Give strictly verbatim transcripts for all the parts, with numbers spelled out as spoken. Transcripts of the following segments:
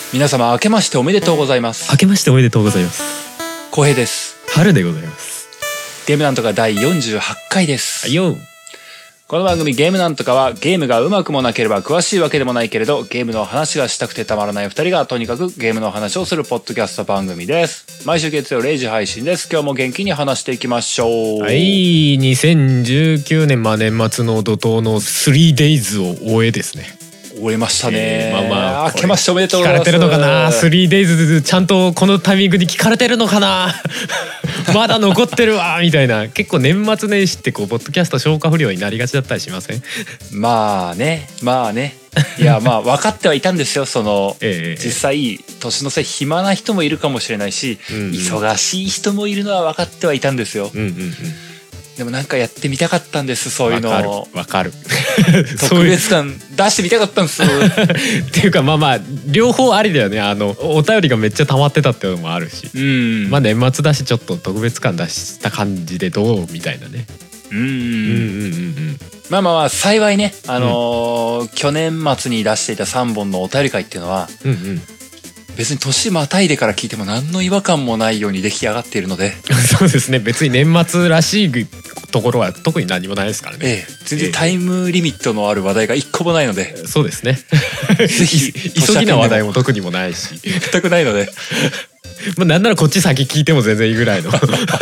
皆様明けましておめでとうございます。 明けましておめでとうございます。 浩平です。 春でございます。 ゲームなんとかだいよんじゅうはちかいです。 はいよ。 この番組ゲームなんとかは、ゲームがうまくもなければ詳しいわけでもないけれど、ゲームの話がしたくてたまらないふたりがとにかくゲームの話をするポッドキャスト番組です。毎週月曜れいじ配信です。今日も元気に話していきましょう。 はい、にせんじゅうきゅうねん、まあ、年末の怒涛の スリーデイズを終えですね。 終えましたね、 えー、まあまあ明けましておめでとうございます。 聞かれてるのかな スリーデイズ ちゃんとこのタイミングに聞かれてるのかなまだ残ってるわみたいな。結構年末年始ってこうポッドキャスト消化不良になりがちだったりしません？ まあねまあねいやまあ分かってはいたんですよ。その、えー、実際年の瀬暇な人もいるかもしれないし、うんうん、忙しい人もいるのは分かってはいたんですよ、うんうんうん。でもなんかやってみたかったんです。そういうのをわかる特別感出してみたかったんですっていうかまあまあ両方ありだよね。あのお便りがめっちゃ溜まってたっていうのもあるし、うん、まあ年末だしちょっと特別感出した感じでどうみたいなね。うんうんうんうんうんまあまあまあ幸いね、あのーうん、去年末に出していたさんぼんのお便り会っていうのは、うんうん、別に年またいでから聞いても何の違和感もないように出来上がっているのでそうですね。別に年末らしいところは特に何もないですからね、ええ、 全然タイムリミットのある話題が一個もないので、ええ、 そうですねぜひ急ぎな話題も特にもないし全くないのでまあなんならこっち先聞いても全然いいぐらいの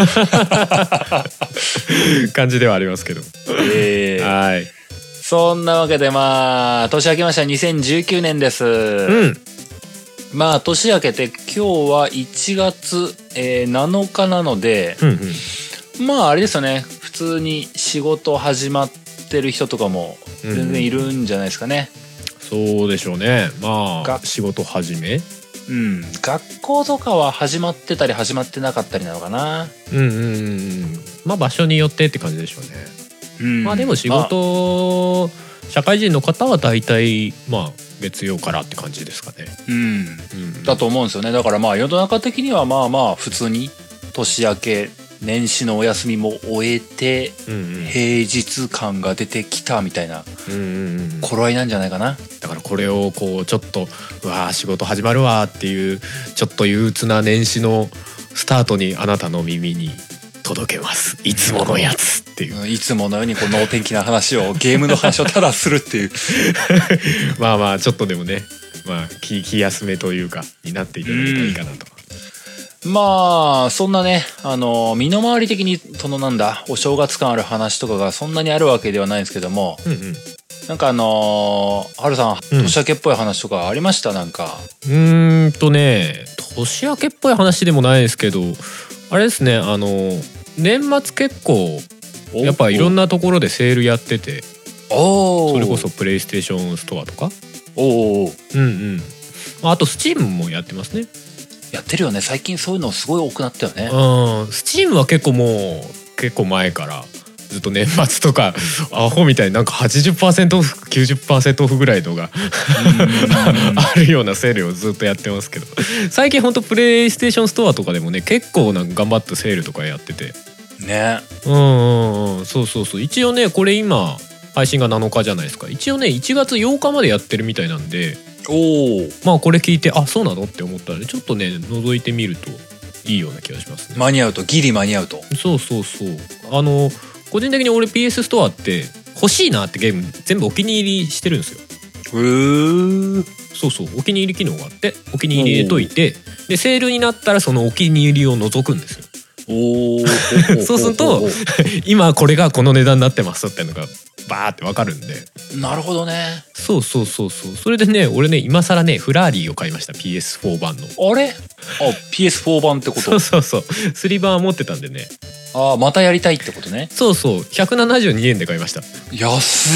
感じではありますけど、えー、はい。 そんなわけでまあ年明けましたにせんじゅうきゅうねんです、うん。まあ年明けて今日はいちがつ、えー、なのかなので、うんうん、まああれですよね、普通に仕事始まってる人とかも全然いるんじゃないですかね、 うん、そうでしょうね。まあ仕事始め、 うん、学校とかは始まってたり始まってなかったりなのかな。 うんうんうん。まあ場所によってって感じでしょうね、うん、まあでも仕事、まあ、社会人の方は大体まあ月曜からって感じですかね、うん、 うん、だと思うんですよね。だからまあ世の中的にはまあまあ普通に年明け年始のお休みも終えて平日感が出てきたみたいな頃合いなんじゃないかな。 だからこれをこうちょっとうわー仕事始まるわっていうちょっと憂鬱な年始のスタートにあなたの耳に届けます。いつものやつっていう、 うん、いつものようにこう能天気な話をゲームの話をただするっていうまあまあちょっとでもね、まあ気、気休めというかになっていただけたらいいかなと。 まあそんなね、あの身の回り的にそのなんだお正月感ある話とかがそんなにあるわけではないんですけども、うんうん、なんかあのー、はるさん、うん、年明けっぽい話とかありました？なんかうーんとね年明けっぽい話でもないですけど、あれですね、あの年末結構やっぱいろんなところでセールやってて、おそれこそプレイステーションストアとか、おお、うんうん、あとスチームもやってますね。 やってるよね最近。そういうのすごい多くなったよね。 うん、スチームは結構もう結構前からずっと年末とかアホみたいになんか はちじゅっパーセント オフ きゅうじゅっパーセント オフぐらいのがあるようなセールをずっとやってますけど、最近ほんとプレイステーションストアとかでもね結構なんか頑張ったセールとかやっててね。うんうんうん、そうそうそう。一応ねこれ今配信がなのかじゃないですか。一応ねいちがつようかまでやってるみたいなんで、おまあこれ聞いてあそうなのって思ったら、ね、ちょっとね覗いてみるといいような気がしますね。 間に合うと、ギリ間に合うと。 そうそうそう。あの個人的に俺 ピーエス ストアって欲しいなってゲーム全部お気に入りしてるんですよ。へー。そうそう、お気に入り機能があってお気に入り入れといて、でセールになったらそのお気に入りを除くんですよ。おそうすると今これがこの値段になってますっていうのがバーってわかるんで。 なるほどね。 そうそうそうそう。それでね俺ね今更ねフラーリーを買いました。 ピーエスフォー 版の。 あれあ ピーエスフォー 版ってこと？ そうそうそう。スリー版は持ってたんでね。 ああまたやりたいってことね。 そうそう、ひゃくななじゅうにえんで買いました。 安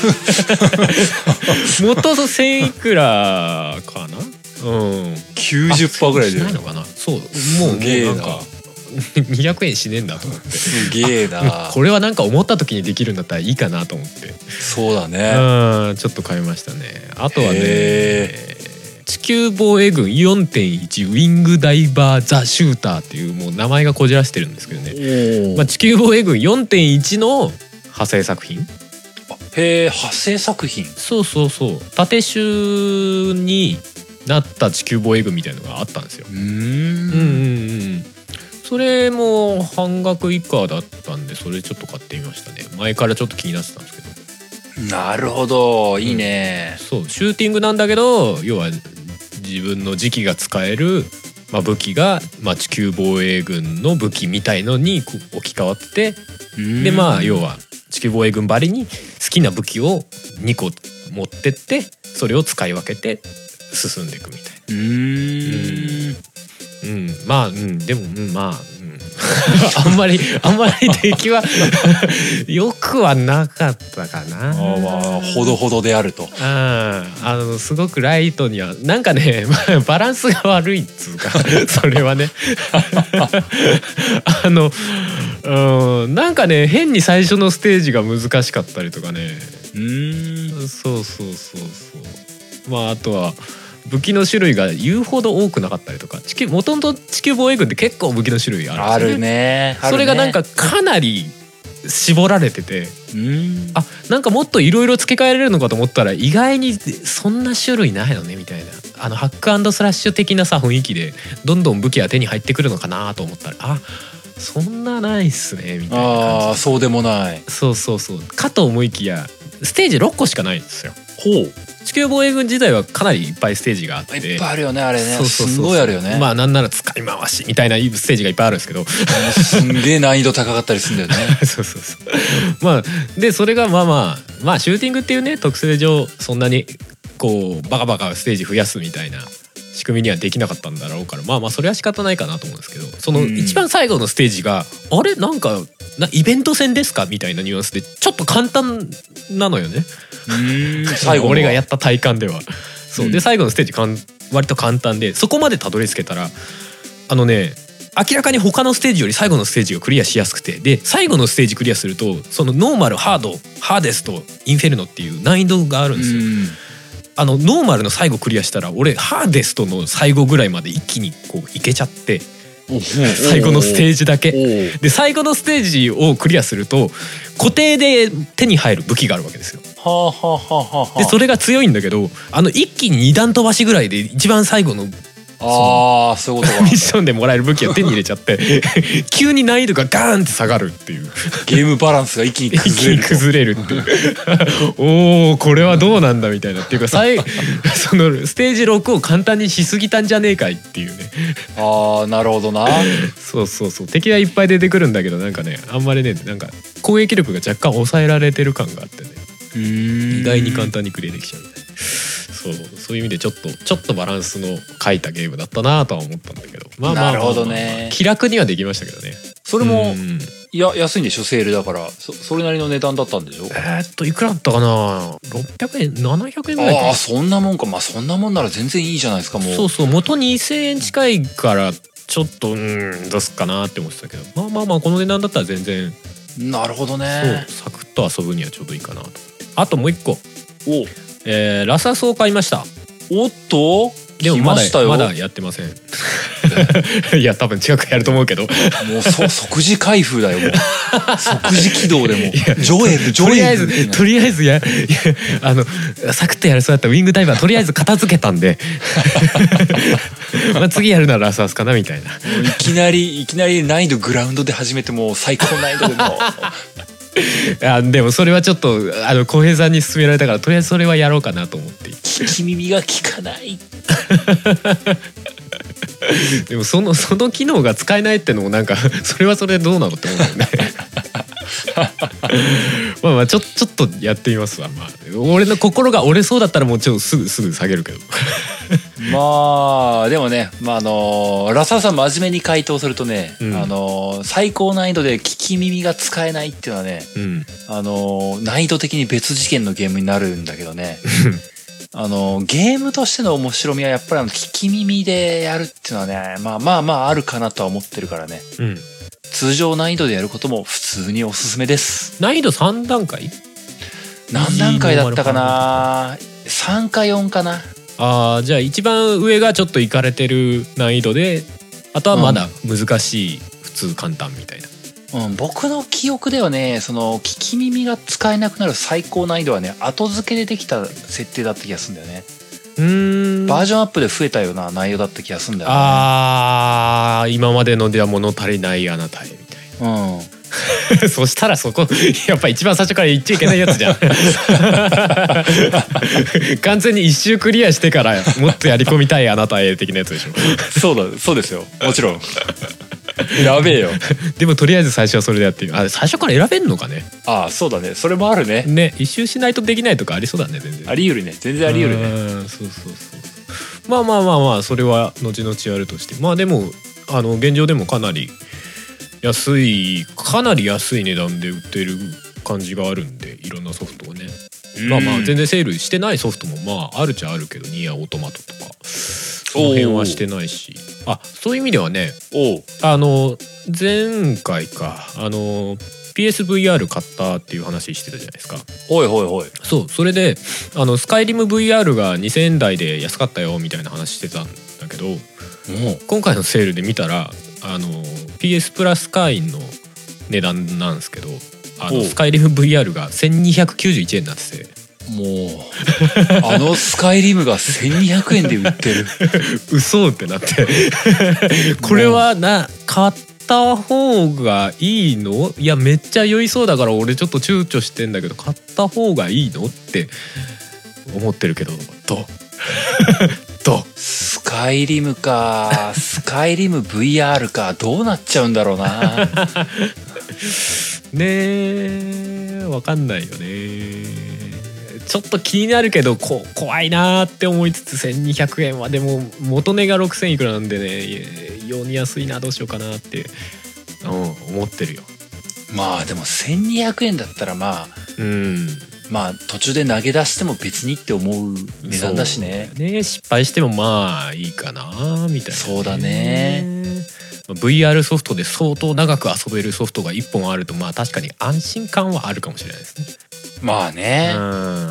ー元とせんいくらかな。うんきゅうじゅっパーセント ぐらいでしないのかな。そうもうもうなんかにひゃくえんしねえんだと思って。 すげえな。 これはなんか思った時にできるんだったらいいかなと思って。 そうだね。 うんちょっと買いましたね。あとはね地球防衛軍 よんてんいち ウィングダイバーザシューターっていうもう名前がこじらしてるんですけどね、まあ、地球防衛軍 よんてんいち の派生作品。 へえ派生作品。 そうそうそう。縦集になった地球防衛軍みたいなのがあったんですよ。 うーんうんうんうんそれも半額以下だったんでそれちょっと買ってみましたね。前からちょっと気になってたんですけど。 なるほどいいね、 うん、そうシューティングなんだけど要は自分の次期が使える、まあ、武器が、まあ、地球防衛軍の武器みたいのに置き換わってでまあ要は地球防衛軍ばりに好きな武器をにこ持ってってそれを使い分けて進んでいくみたいな。 うーんうん、まあ、うん、でも、うん、まあ、うん、あんまりあんまり出来はよくはなかったかな。 あ、まあ、ほどほどであると。 ああのすごくライトにはなんかねバランスが悪いっつうかそれはねあの、うん、なんかね変に最初のステージが難しかったりとかね。 うーんそうそうそうそうまああとは武器の種類が言うほど多くなかったりとか地球もともと地球防衛軍って結構武器の種類あるんですよね。 あるね。 それがなんかかなり絞られててうんあなんかもっといろいろ付け替えられるのかと思ったら意外にそんな種類ないのねみたいなあのハック&スラッシュ的なさ雰囲気でどんどん武器が手に入ってくるのかなと思ったらあそんなないっすねみたいな感じ。 ああそうでもない。 そうそうそうかと思いきやステージろっこしかないんですよ。 ほう地球防衛軍自体はかなりいっぱいステージがあっていっぱいあるよねあれね。 そうそうそうそうすごいあるよね。 まあなんなら使い回しみたいなステージがいっぱいあるんですけどすんげえ難易度高かったりするんだよねそうそうそうまあでそれがまあまあまあシューティングっていうね特性上そんなにこうバカバカステージ増やすみたいな仕組みにはできなかったんだろうからまあまあそれは仕方ないかなと思うんですけどその一番最後のステージがあれなんかなイベント戦ですかみたいなニュアンスでちょっと簡単なのよね。 うん最後俺がやった体感ではそう、うん、で最後のステージかん割と簡単でそこまでたどり着けたらあのね明らかに他のステージより最後のステージがクリアしやすくてで最後のステージクリアするとそのノーマルハードハーデストインフェルノっていう難易度があるんですよ。あのノーマルの最後クリアしたら俺ハーデストの最後ぐらいまで一気にこういけちゃって最後のステージだけで最後のステージをクリアすると固定で手に入る武器があるわけですよ。 はあはあはあはあ、 でそれが強いんだけどあの一気に二段飛ばしぐらいで一番最後のああそういうことかミッションでもらえる武器を手に入れちゃって急に難易度がガーンって下がるっていうゲームバランスが一気に崩れる崩れるっていうおーこれはどうなんだみたいなっていうか最そのステージろくを簡単にしすぎたんじゃねえかいっていうねああなるほどなそうそうそう敵はいっぱい出てくるんだけどなんかねあんまりねなんか攻撃力が若干抑えられてる感があってねうーん意外に簡単にクリアできちゃうみたいなそうそういう意味でちょっとちょっとバランスの欠いたゲームだったなとは思ったんだけどまあまあ、まあ、 なるほどね気楽にはできましたけどね。 それもいや安いんでしょセールだから そ, それなりの値段だったんでしょ。 えー、っといくらだったかなろっぴゃくえんななひゃくえんぐらいかな。 ああそんなもんか。まあそんなもんなら全然いいじゃないですか。もうそうそう元にせんえん近いからちょっとうんどうすっかなって思ってたけどまあまあまあこの値段だったら全然なるほどね。 そうサクッと遊ぶにはちょうどいいかなと。あともう一個お、 えー、ラサスを買いました。 おっとでもまだ来ましたよ。 まだやってませんいや多分近くやると思うけどもうそ即時開封だよもう即時起動でもジョエルジョエルとりあえずとりあえずやいやあのサクッとやるそうだったウィングダイバーとりあえず片付けたんでまあ次やるならラサスかなみたいな。 いきなりいきなり難易度グラウンドで始めてもう最高難易度でもあでもそれはちょっとあの浩平さんに勧められたからとりあえずそれはやろうかなと思って聞き耳が利かないでもそのその機能が使えないってのもなんかそれはそれでどうなのって思うんだよねまあまあちょちょっとやってみますわ。まあ俺の心が折れそうだったらもうちょっとすぐすぐ下げるけどまあでもね、まああのラサさん真面目に回答するとね、うん、あの最高難易度で聞き耳が使えないっていうのはね、うん、あの難易度的に別次元のゲームになるんだけどねあのゲームとしての面白みはやっぱりあの聞き耳でやるっていうのはねまあまあまああるかなとは思ってるからね、うん、通常難易度でやることも普通におすすめです。 難易度さん段階何段階だったかなさんかよんかな。 あーじゃあ一番上がちょっといかれてる難易度であとはまだ難しい、うん、普通簡単みたいな、 うん、僕の記憶ではねその聞き耳が使えなくなる最高難易度はね後付けでできた設定だった気がするんだよね。 うーんバージョンアップで増えたような内容だった気がするんだよね。 あー、今までのでは物足りないあなたへみたいな。うんそしたらそこやっぱ一番最初から言っちゃいけないやつじゃん完全に一周クリアしてからもっとやり込みたいあなたへ的なやつでしょそうだ、そうですよ、もちろんやべえよでもとりあえず最初はそれでやってる。あ、最初から選べんのかね。 ああ、そうだね、それもあるね。 ね、一周しないとできないとかありそうだね。全然あり得るね、全然あり得るね。 そうそうそう。まあまあまあまあ、それは後々やるとして、まあでもあの現状でもかなり安い、かなり安い値段で売ってる感じがあるんで、いろんなソフトをね。まあまあ全然セールしてないソフトもまああるっちゃあるけど、ニアオートマトとかその辺はしてないし、あ、そういう意味ではね、おあの前回かあの ピーエスブイアール 買ったっていう話してたじゃないですか。 ほいほいほい。そう、 それであのスカイリム ブイアール がにせんえん台で安かったよみたいな話してたんだけど、今回のセールで見たらあの ピーエス プラス会員の値段なんですけど、あのスカイリム ブイアール がせんにひゃくきゅうじゅういちえんになってて、 もうあのスカイリムがせんにひゃくえんで売ってる嘘ってなってこれはな、買った方がいいの？いやめっちゃ酔いそうだから俺ちょっと躊躇してんだけど、買った方がいいのって思ってるけど、どうどう？ スカイリムかスカイリム ブイアール か、どうなっちゃうんだろうなねえ、わかんないよね。ちょっと気になるけどこ怖いなって思いつつ、せんにひゃくえんはでも元値がろくせんいくらなんでね、異様に安いな、どうしようかなって、うん、思ってるよ。 まあでもせんにひゃくえんだったらまあ、うん、まあ途中で投げ出しても別にって思う値段だしね。 ね、失敗してもまあいいかなみたいな、ね。 そうだね。 ブイアール ソフトで相当長く遊べるソフトがいっぽんあると、まあ確かに安心感はあるかもしれないですね。 まあね。うん。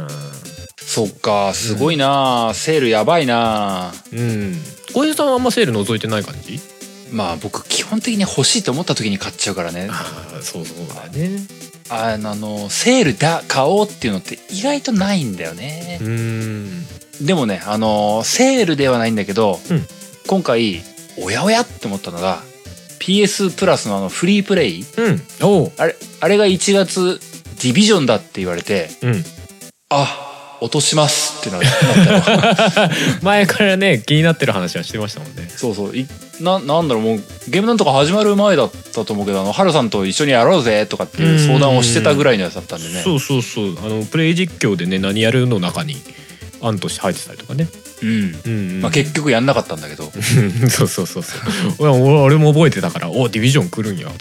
そっか、すごいな、うん、セールやばいな。 うん。小泉さんはあんまセール覗いてない感じ？ まあ僕基本的に欲しいと思った時に買っちゃうからね。 ああ、そうそうだね。 あのセールだ買おうっていうのって意外とないんだよね。うん。でもね、あのセールではないんだけど、うん、今回おやおやって思ったのが ピーエス プラスのあのフリープレイ、うん、おあれあれがいちがつディビジョンだって言われて、うん、あ、落としますってなったの前からね気になってる話はしてましたもんね。 そうそう、い な, なんだろう、もうゲームなんとか始まる前だったと思うけど、あのハルさんと一緒にやろうぜとかっていう相談をしてたぐらいのやつだったんでね。 そうそうそう、あのプレイ実況でね、何やるの中に案として入ってたりとかね。うんうんうん、 まあ結局やんなかったんだけどそうそうそうそう俺も覚えてたから、おディビジョン来るんやと思って、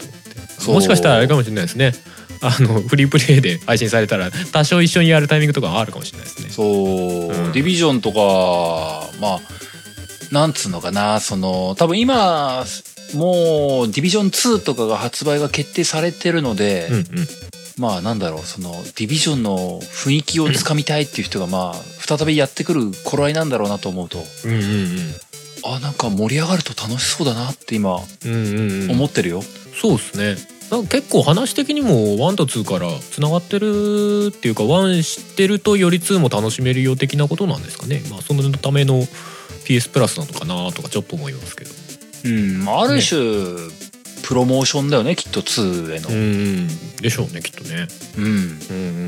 もしかしたらあれかもしれないですね、あのフリープレイで配信されたら多少一緒にやるタイミングとかあるかもしれないですね。 そう、うん、ディビジョンとか、まあなんつうのかな、その多分今もうディビジョンツーとかが発売が決定されてるので、うんうん、まあなんだろう、そのディビジョンの雰囲気をつかみたいっていう人がまあ再びやってくる頃合いなんだろうなと思うと、うんうんうん、あ、なんか盛り上がると楽しそうだなって今思ってるよ。うんうんうん、 そうですね。なんか結構話的にもワンとツーからつながってるっていうか、ワン知ってるとよりツーも楽しめるよ的なことなんですかね。まあそのための ピーエス プラスなのかなとかちょっと思いますけど。 うん、ある種、ね、プロモーションだよね、きっとツーへの。 うんでしょうね、きっとね。うん、うんうん、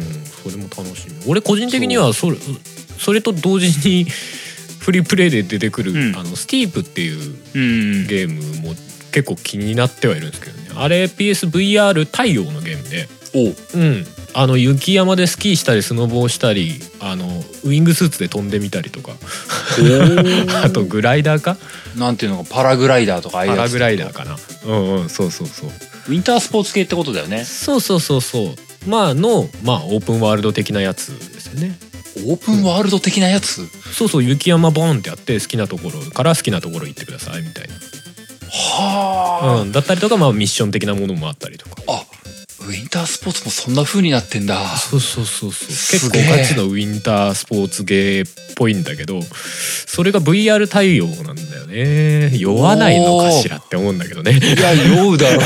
それも楽しみ。俺個人的にはそれそれと同時にフリープレイで出てくる、うん、あのスティープっていうゲームも結構気になってはいるんですけどね。あれ ピーエスブイアール 対応のゲームで、おう、うん、あの雪山でスキーしたりスノボーしたり、あのウィングスーツで飛んでみたりとかあとグライダーかなんていうのか、パラグライダーとか、ああいうやつ、 パラグライダーかな、うんうん、そうそうそう、 ウィンタースポーツ系ってことだよね。 そうそうそうそう、まあのまあオープンワールド的なやつですよね。 オープンワールド的なやつ、うん、 そうそう、雪山ボーンってやって好きなところから好きなところ行ってくださいみたいな。はあ、うん、だったりとか、まあミッション的なものもあったりとか。 あ、 ウィンタースポーツもそんな風になってんだ。 そうそうそうそう。結構ガチのウィンタースポーツゲーっぽいんだけど、それが ブイアール 対応なんだよね。酔わないのかしらって思うんだけどね。 いや酔うだろ。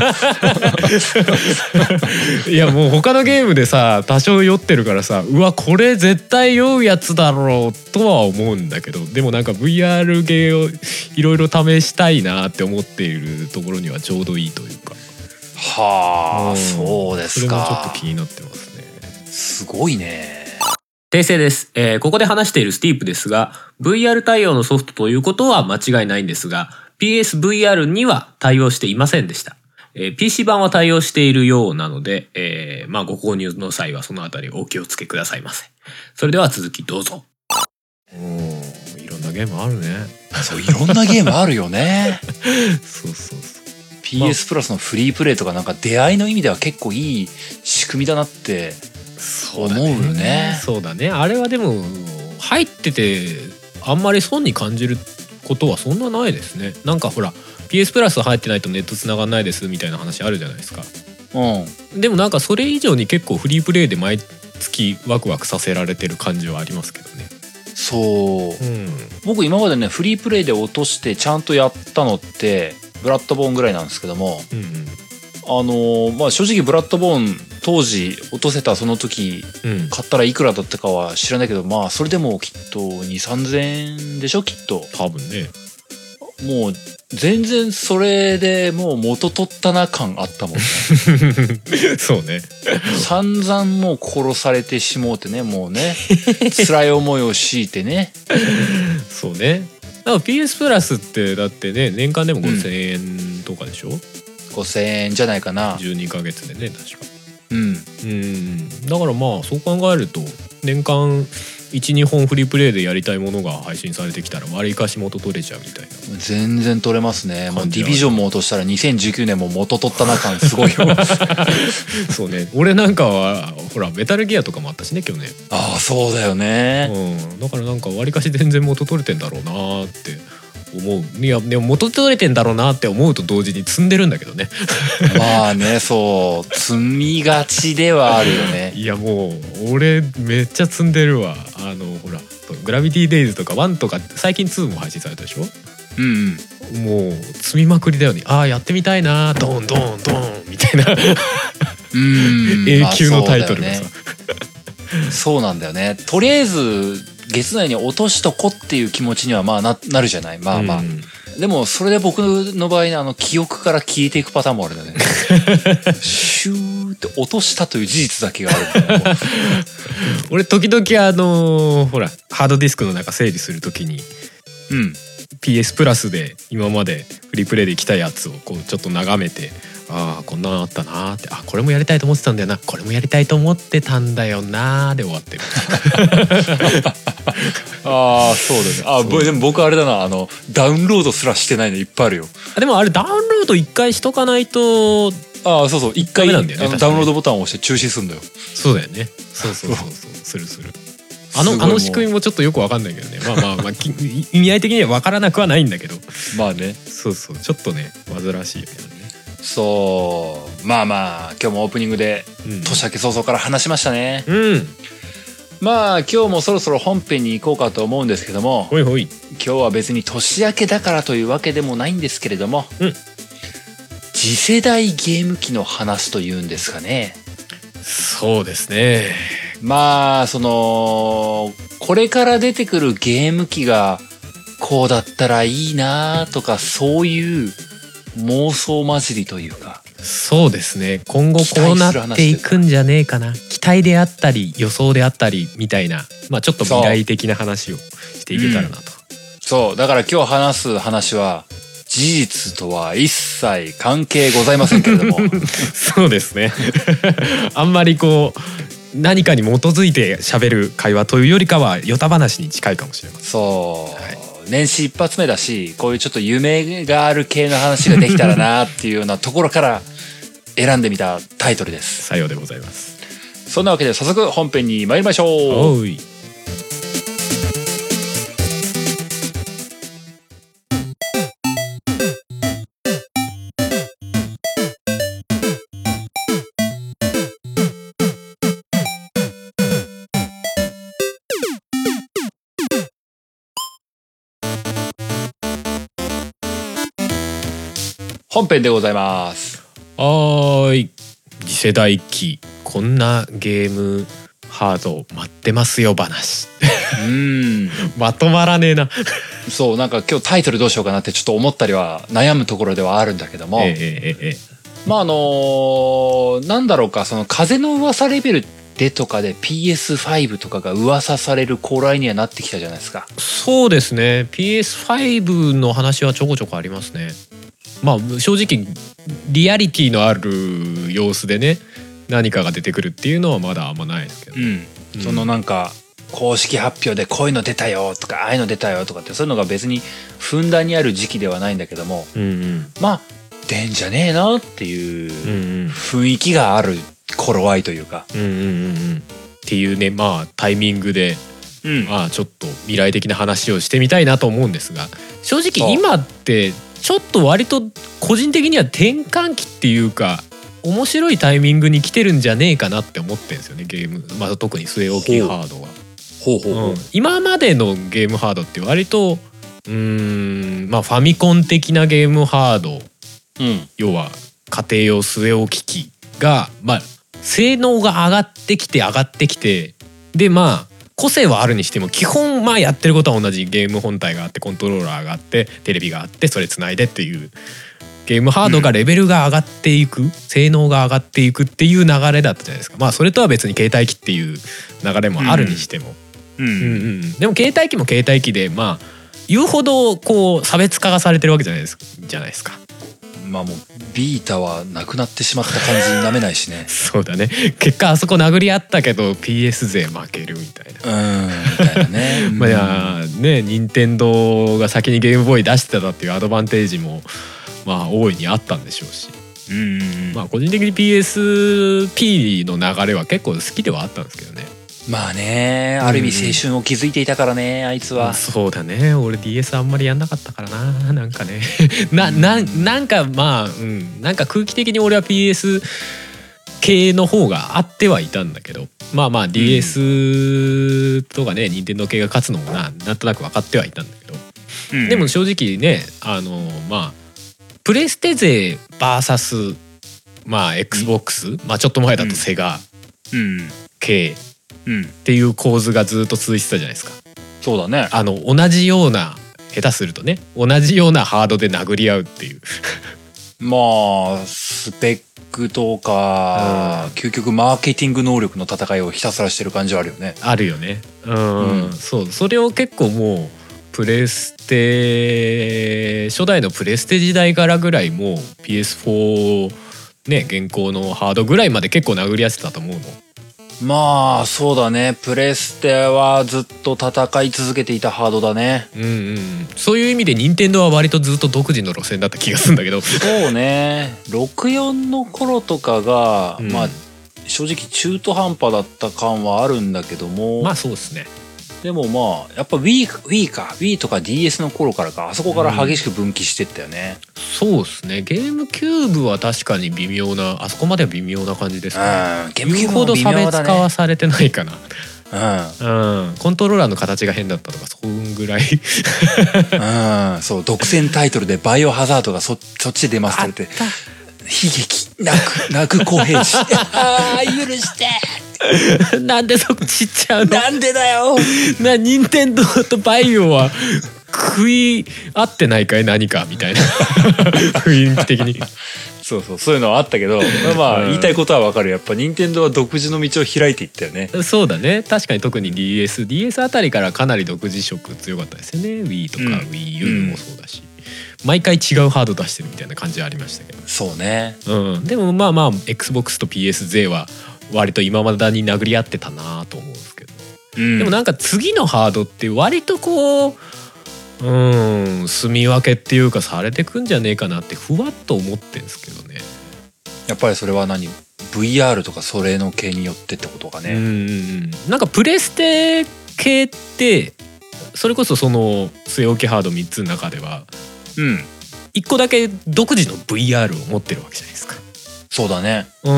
いやもう他のゲームでさ多少酔ってるからさ、うわこれ絶対酔うやつだろうとは思うんだけど、でもなんか ブイアール ゲーをいろいろ試したいなって思っているところにはちょうどいいというか。 はあ、うん、そうですか。 それもちょっと気になってますね。 すごいね。 訂正です、えー、ここで話しているスティープですが ブイアール 対応のソフトということは間違いないんですが ピーエスブイアール には対応していませんでした。えー、ピーシー 版は対応しているようなので、えー、まあご購入の際はそのあたりお気をつけくださいませ。それでは続きどうぞ。おー、いろんなゲームあるね。 そう、いろんなゲームあるよね。 そうそうそう。 ピーエス プラスのフリープレイとかなんか出会いの意味では結構いい仕組みだなって思うよね。 そうだね。あれはでも入っててあんまり損に感じることはそんなないですね。なんかほら ピーエス プラス入ってないとネット繋がんないですみたいな話あるじゃないですか。うん。でもなんかそれ以上に結構フリープレイで毎月ワクワクさせられてる感じはありますけどね。 そう、うん、僕今までねフリープレイで落としてちゃんとやったのってブラッドボーンぐらいなんですけども、うんうん、あのー、まあ正直ブラッドボーン当時落とせたその時、うん、買ったらいくらだったかは知らないけど、まあそれでもきっとにせんさんぜんえんでしょきっと。 多分ね。 もう全然それでもう元取ったな感あったもんね。 そうね。 散々もう殺されてしもうてね、もうね辛い思いを強いてね。 そうね。なんか ピーエス プラスってだってね年間でもごせんえんとかでしょ、うん、 ごせんえんじゃないかな。 じゅうにかげつでね確か。 うんうんだからまあそう考えると年間いちにほんフリープレイでやりたいものが配信されてきたら割りかし元取れちゃうみたいな。 全然取れますね。もうディビジョンも落としたらにせんじゅうきゅうねんも元取ったな感すごいよ。 そうね。俺なんかはほらメタルギアとかもあったしね去年。 ああそうだよね、 うん、だからなんか割りかし全然元取れてんだろうなって思う。いやでも元取れてんだろうなって思うと同時に積んでるんだけどね。 まあねそう積みがちではあるよね。 いやもう俺めっちゃ積んでるわ。あのほらグラビティデイズとかワンとか最近ツーも配信されたでしょ。うん、うん、もう積みまくりだよね。ああやってみたいなドンドンドンみたいな。うん永久のタイトルがさ、まあそうね、そうなんだよね。とりあえず月内に落としとこっていう気持ちにはまあ な, なるじゃない。まあまあ、うん、でもそれで僕の場合ねあの記憶から消えていくパターンもあるんだね。シューって落としたという事実だけがあるんだよ。 俺時々あのー、ほらハードディスクの中整理するときに、うん、ピーエス プラスで今までフリープレイで来たやつをこうちょっと眺めて、ああこんなのあったなーって、あこれもやりたいと思ってたんだよな、これもやりたいと思ってたんだよなーで終わってる。 ああそうだね。あでも僕あれだな、あのダウンロードすらしてないのいっぱいあるよ。 でもあれダウンロード一回しとかないと。 ああそうそう一回なんだよね。ダウンロードボタンを押して中止するんだよ。 そうだよね。そうそうそうそうするする。あのあの仕組みもちょっとよくわかんないけどね。まあまあまあ意味合い的にはわからなくはないんだけど。 まあね。 そうそうちょっとね煩わしいよね。 そうまあまあ今日もオープニングで、うん、年明け早々から話しましたね。うん。まあ今日もそろそろ本編に行こうかと思うんですけども、 ほいほい。 今日は別に年明けだからというわけでもないんですけれども、うん、次世代ゲーム機の話というんですかね。 そうですね。 まあそのこれから出てくるゲーム機がこうだったらいいなとかそういう妄想混じりというか。 そうですね。今後こうなっていくんじゃねえかな、期待であったり予想であったりみたいな、まあちょっと未来的な話をしていけたらなと。 そう、うん、そうだから今日話す話は事実とは一切関係ございませんけれども。 そうですね。あんまりこう何かに基づいて喋る会話というよりかはヨタ話に近いかもしれません。 そう、はい、年始一発目だしこういうちょっと夢がある系の話ができたらなっていうようなところから選んでみたタイトルです。 さようでございます。 そんなわけで早速本編に参りましょう。おい。 本編でございます。 はーい、次世代機こんなゲームハード待ってますよ話うんまとまらねえなそうなんか今日タイトルどうしようかなってちょっと思ったりは悩むところではあるんだけども、 ええええ、 まああのー、なんだろうか、その風の噂レベルでとかで ピーエスファイブ とかが噂される頃合いにはなってきたじゃないですか。 そうですね、 ピーエスファイブ の話はちょこちょこありますね。まあ正直リアリティのある様子でね何かが出てくるっていうのはまだあんまないですけど、 うんうん、そのなんか公式発表でこういうの出たよとかああいうの出たよとかってそういうのが別にふんだんにある時期ではないんだけども、 うんうん、 まあ出んじゃねえなっていう雰囲気がある頃合いというか、 うんうんうんうん、っていうね、まあタイミングで、うん、まあちょっと未来的な話をしてみたいなと思うんですが、正直今ってちょっと割と個人的には転換期っていうか面白いタイミングに来てるんじゃねえかなって思ってるんですよね、ゲーム、まあ、特に据え置きハードは。 ほうほうほう、 うん、今までのゲームハードって割とうーん、まあ、ファミコン的なゲームハード、うん、要は家庭用据え置き機が、まあ、性能が上がってきて上がってきてでまあ個性はあるにしても基本まあやってることは同じ、ゲーム本体があってコントローラーがあってテレビがあってそれつないでっていうゲームハードがレベルが上がっていく、うん、性能が上がっていくっていう流れだったじゃないですか。まあそれとは別に携帯機っていう流れもあるにしても、うんうんうん、でも携帯機も携帯機でまあ言うほどこう差別化がされてるわけじゃないですじゃないですか。 まあもうビータはなくなってしまった感じになめないしねそうだね、結果あそこ殴り合ったけど ピーエス 勢負けるみたいな、 うんみたいなねまあいやね、任天堂が先にゲームボーイ出してたっていうアドバンテージもまあ大いにあったんでしょうし、うんうんうん、まあ個人的に ピーエスピー の流れは結構好きではあったんですけどね。 まあね、ある意味青春を築いていたからね、うん、あいつは。 そうだね、俺 ディーエス あんまりやんなかったからな、なんかねな, な, なんかまあ、うん、なんか空気的に俺は ピーエス 系の方があってはいたんだけど、まあまあ ディーエス とかね、任天堂系が勝つのもな、なんとなく分かってはいたんだけど、うん、でも正直ね、あのまあプレステ勢 ブイエス まあ XBOX、うん、まあちょっと前だとセガ系、うん、っていう構図がずっと続いてたじゃないですか。 そうだね。 あの同じような、下手するとね同じようなハードで殴り合うっていうまあスペックとか、うん、究極マーケティング能力の戦いをひたすらしてる感じはあるよね。 あるよね。うん、うん、そうそれを結構もうプレステ初代のプレステ時代からぐらいもう ピーエスフォー ね現行のハードぐらいまで結構殴り合ってたと思うの。 まあそうだね、プレステはずっと戦い続けていたハードだね。 うんうん、そういう意味で任天堂は割とずっと独自の路線だった気がするんだけどそうね、ろくじゅうよんの頃とかが、うん、まあ正直中途半端だった感はあるんだけども、 まあそうですね。 でもまあやっぱ Wii, Wii か Wii とか ディーエス の頃からか、あそこから激しく分岐してったよね。 うん、そうですね。ゲームキューブは確かに微妙な、あそこまでは微妙な感じですね。 うん、ゲームキューブほど差別化はされてないかな。 うん、 うん、コントローラーの形が変だったとかそんぐらいうん、そう独占タイトルでバイオハザードが そ, そっちで出ますって言って悲劇泣く泣く公平士あ許してなんでそこちっちゃうの、 なんでだよな、任天堂とバイオは食い合ってないかい何かみたいな雰囲気的にそうそう、そういうのはあったけどまあ言いたいことはわかる。やっぱ任天堂は独自の道を開いていったよね。 そうだね、確かに特に ディーエス、ディーエス あたりからかなり独自色強かったですよね。 Wii とか WiiU もそうだし、うん、毎回違うハード出してるみたいな感じはありましたけど。 そうね、 うん、でもまあまあ XBOX と ピーエス 勢は割と今までに殴り合ってたなと思うんですけど、うん、でもなんか次のハードって割とこううん住み分けっていうかされてくんじゃねえかなってふわっと思ってんですけどね。 やっぱりそれは何 ブイアール とかそれの系によってってことかね。うん、 なんかプレステ系ってそれこそその据え置きハードみっつの中では、うん、いっこだけ独自の ブイアール を持ってるわけじゃないですか。 そうだね。 うん、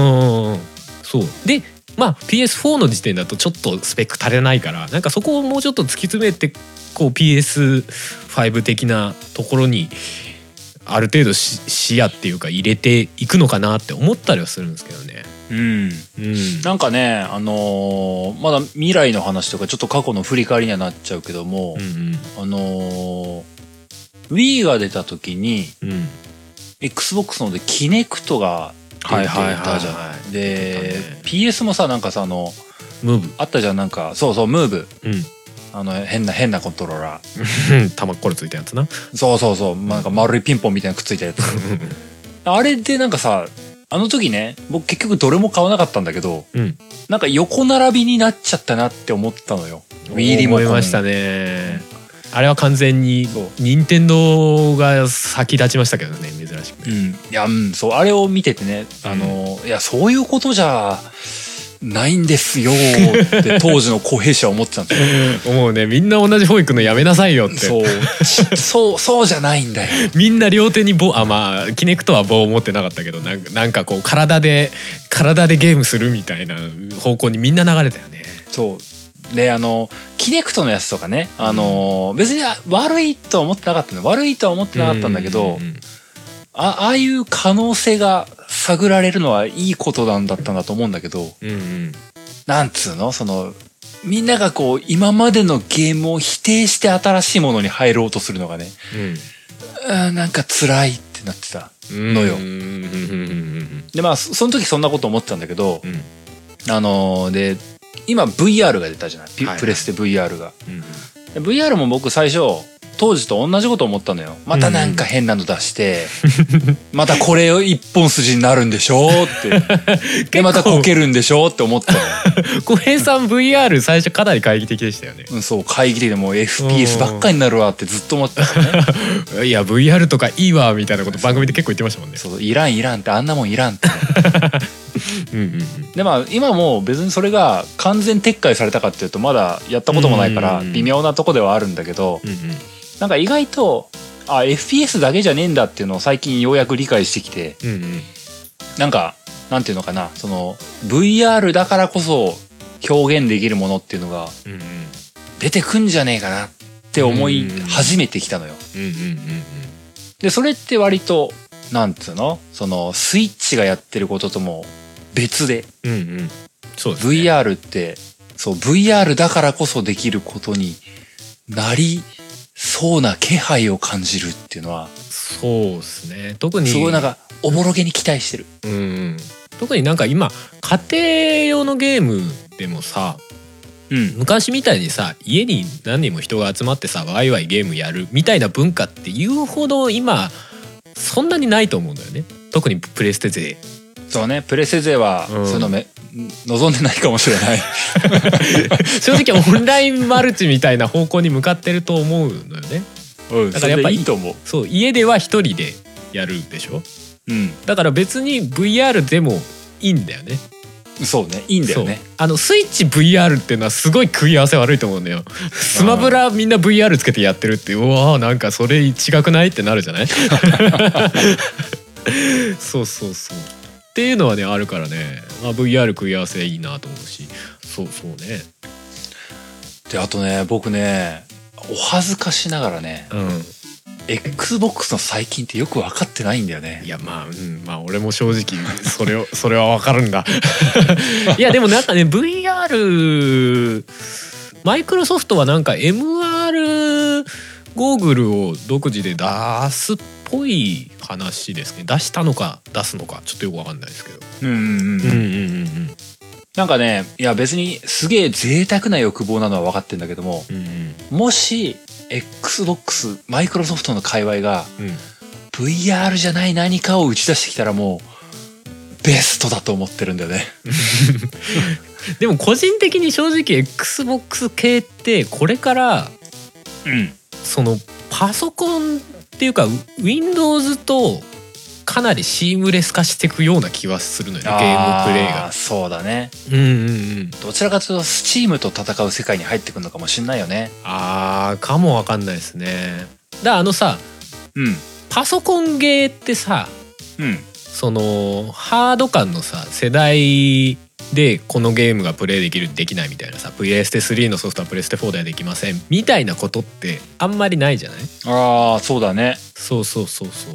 そうでまあ ピーエスフォー の時点だとちょっとスペック足りないから、なんかそこをもうちょっと突き詰めてこう ピーエスファイブ 的なところにある程度視野っていうか入れていくのかなって思ったりはするんですけどね。 うん、うん、なんかね、あのー、まだ未来の話とかちょっと過去の振り返りにはなっちゃうけども、うんうん、あのー、Wii が出た時に、うん、Xbox のでキネクトが出ていたじゃない。はいはいはい、で、ね、ピーエス もさ、なんかさ、あのムーブあったじゃん、なんかそうそうムーブ、うん、あの変な変なコントローラー玉これついたやつな。 そうそうそう、なんか丸いピンポンみたいなくっついたやつあれでなんかさ、あの時ね、僕結局どれも買わなかったんだけど、うん、なんか横並びになっちゃったなって思ったのよ。Wii リモコン。思いましたね。あれは完全に任天堂が先立ちましたけどね、珍しく、ね。 うん、いや、うん、そう、あれを見ててね、あの、うん、いや、そういうことじゃないんですよって当時の公平者は思ってたんですよ。 もうね、みんな同じ保育のやめなさいよって。 そうそうそうじゃないんだよ。 みんな両手に棒、あ、まあキネクトは棒を持ってなかったけど、なんかなんかこう体で体でゲームするみたいな方向にみんな流れたよね。 そうで、あのキネクトのやつとかね、あの、うん、別に悪いとは思ってなかったの。悪いとは思ってなかったんだけど、うんうんうん、あ, ああいう可能性が探られるのはいいことなんだったんだと思うんだけど、うんうん、なんつうの、そのみんながこう今までのゲームを否定して新しいものに入ろうとするのがね、うん、あ、なんか辛いってなってたのよ。で、まあその時そんなこと思ってたんだけど、うん、あのー、で今 ブイアール が出たじゃない、はいはい、プレステ ブイアール が、うん、ブイアール も僕最初当時と同じこと思ったのよ。またなんか変なの出して、うん、またこれを一本筋になるんでしょってでまたこけるんでしょって思ったのよ。 小平さん ブイアール 最初かなり懐疑的でしたよね。 うん、そう、懐疑的でもう エフピーエス ばっかりになるわってずっと思ってたね。いや ブイアール とかいいわみたいなこと番組で結構言ってましたもんね。 そう、いらんいらんって、あんなもんいらんって。うんうん、うん、で、まあ今も別にそれが完全撤回されたかっていうとまだやったこともないから微妙なとこではあるんだけど、うんうん、なんか意外とあ エフピーエス だけじゃねえんだっていうのを最近ようやく理解してきて、うんうん、なんかなんていうのかな、その ブイアール だからこそ表現できるものっていうのが出てくんじゃねえかなって思い始めてきたのよ。でそれって割となんつうの、そのスイッチがやってることとも別で、うんうん、そうですね、ブイアール ってそう ブイアール だからこそできることになりそうな気配を感じるっていうのは、 そうですね、特にすごいなんかおぼろげに期待してる。 うん、特になんか今家庭用のゲームでもさ、うん、昔みたいにさ家に何人も人が集まってさワイワイゲームやるみたいな文化っていうほど今そんなにないと思うんだよね。特にプレステ勢。 そうね、プレステ勢はそういうのめ、うん、望んでないかもしれない正直オンラインマルチみたいな方向に向かってると思うのよね。 うん、だからやっぱいいと思う。 そう、家では一人でやるでしょ、うん、だから別に ブイアール でもいいんだよね。 そうね、いいんだよね。 あのスイッチ ブイアール っていうのはすごい食い合わせ悪いと思うんだよ。スマブラみんな ブイアール つけてやってるって、うわーなんかそれ違くないってなるじゃないそうそうそうっていうのはねあるからね、まあ、ブイアール 食い合わせいいなと思うし、そうそうね。 であとね、僕ねお恥ずかしながらね、うん、Xbox の最近ってよく分かってないんだよね。 いやまあ、うん、まあ俺も正直それをそれは分かるんだいやでもなんかね ブイアール マイクロソフトはなんか エムアール ゴーグルを独自で出すっぽい話ですね。出したのか出すのかちょっとよく分かんないですけど、うんうんうんうんうんうん、 なんかね、いや別にすげえ贅沢な欲望なのは分かってんだけども、うんうん、もしXbox マイクロソフトの界隈が、うん、ブイアール じゃない何かを打ち出してきたらもうベストだと思ってるんだよねでも個人的に正直 Xbox 系ってこれから、うん、そのパソコンっていうか Windows とかなりシームレス化していくような気はするのよね、ゲームプレイが。 そうだね、うんうんうん、どちらかというと Steam と戦う世界に入ってくるのかもしれないよね。 あーかもわかんないですね。だからあのさ、うん、パソコンゲーってさ、うん、そのハード間のさ世代でこのゲームがプレイできるできないみたいなさ、プレステスリーのソフトはプレステフォーではできませんみたいなことってあんまりないじゃない。 あーそうだね。 そうそうそうそう。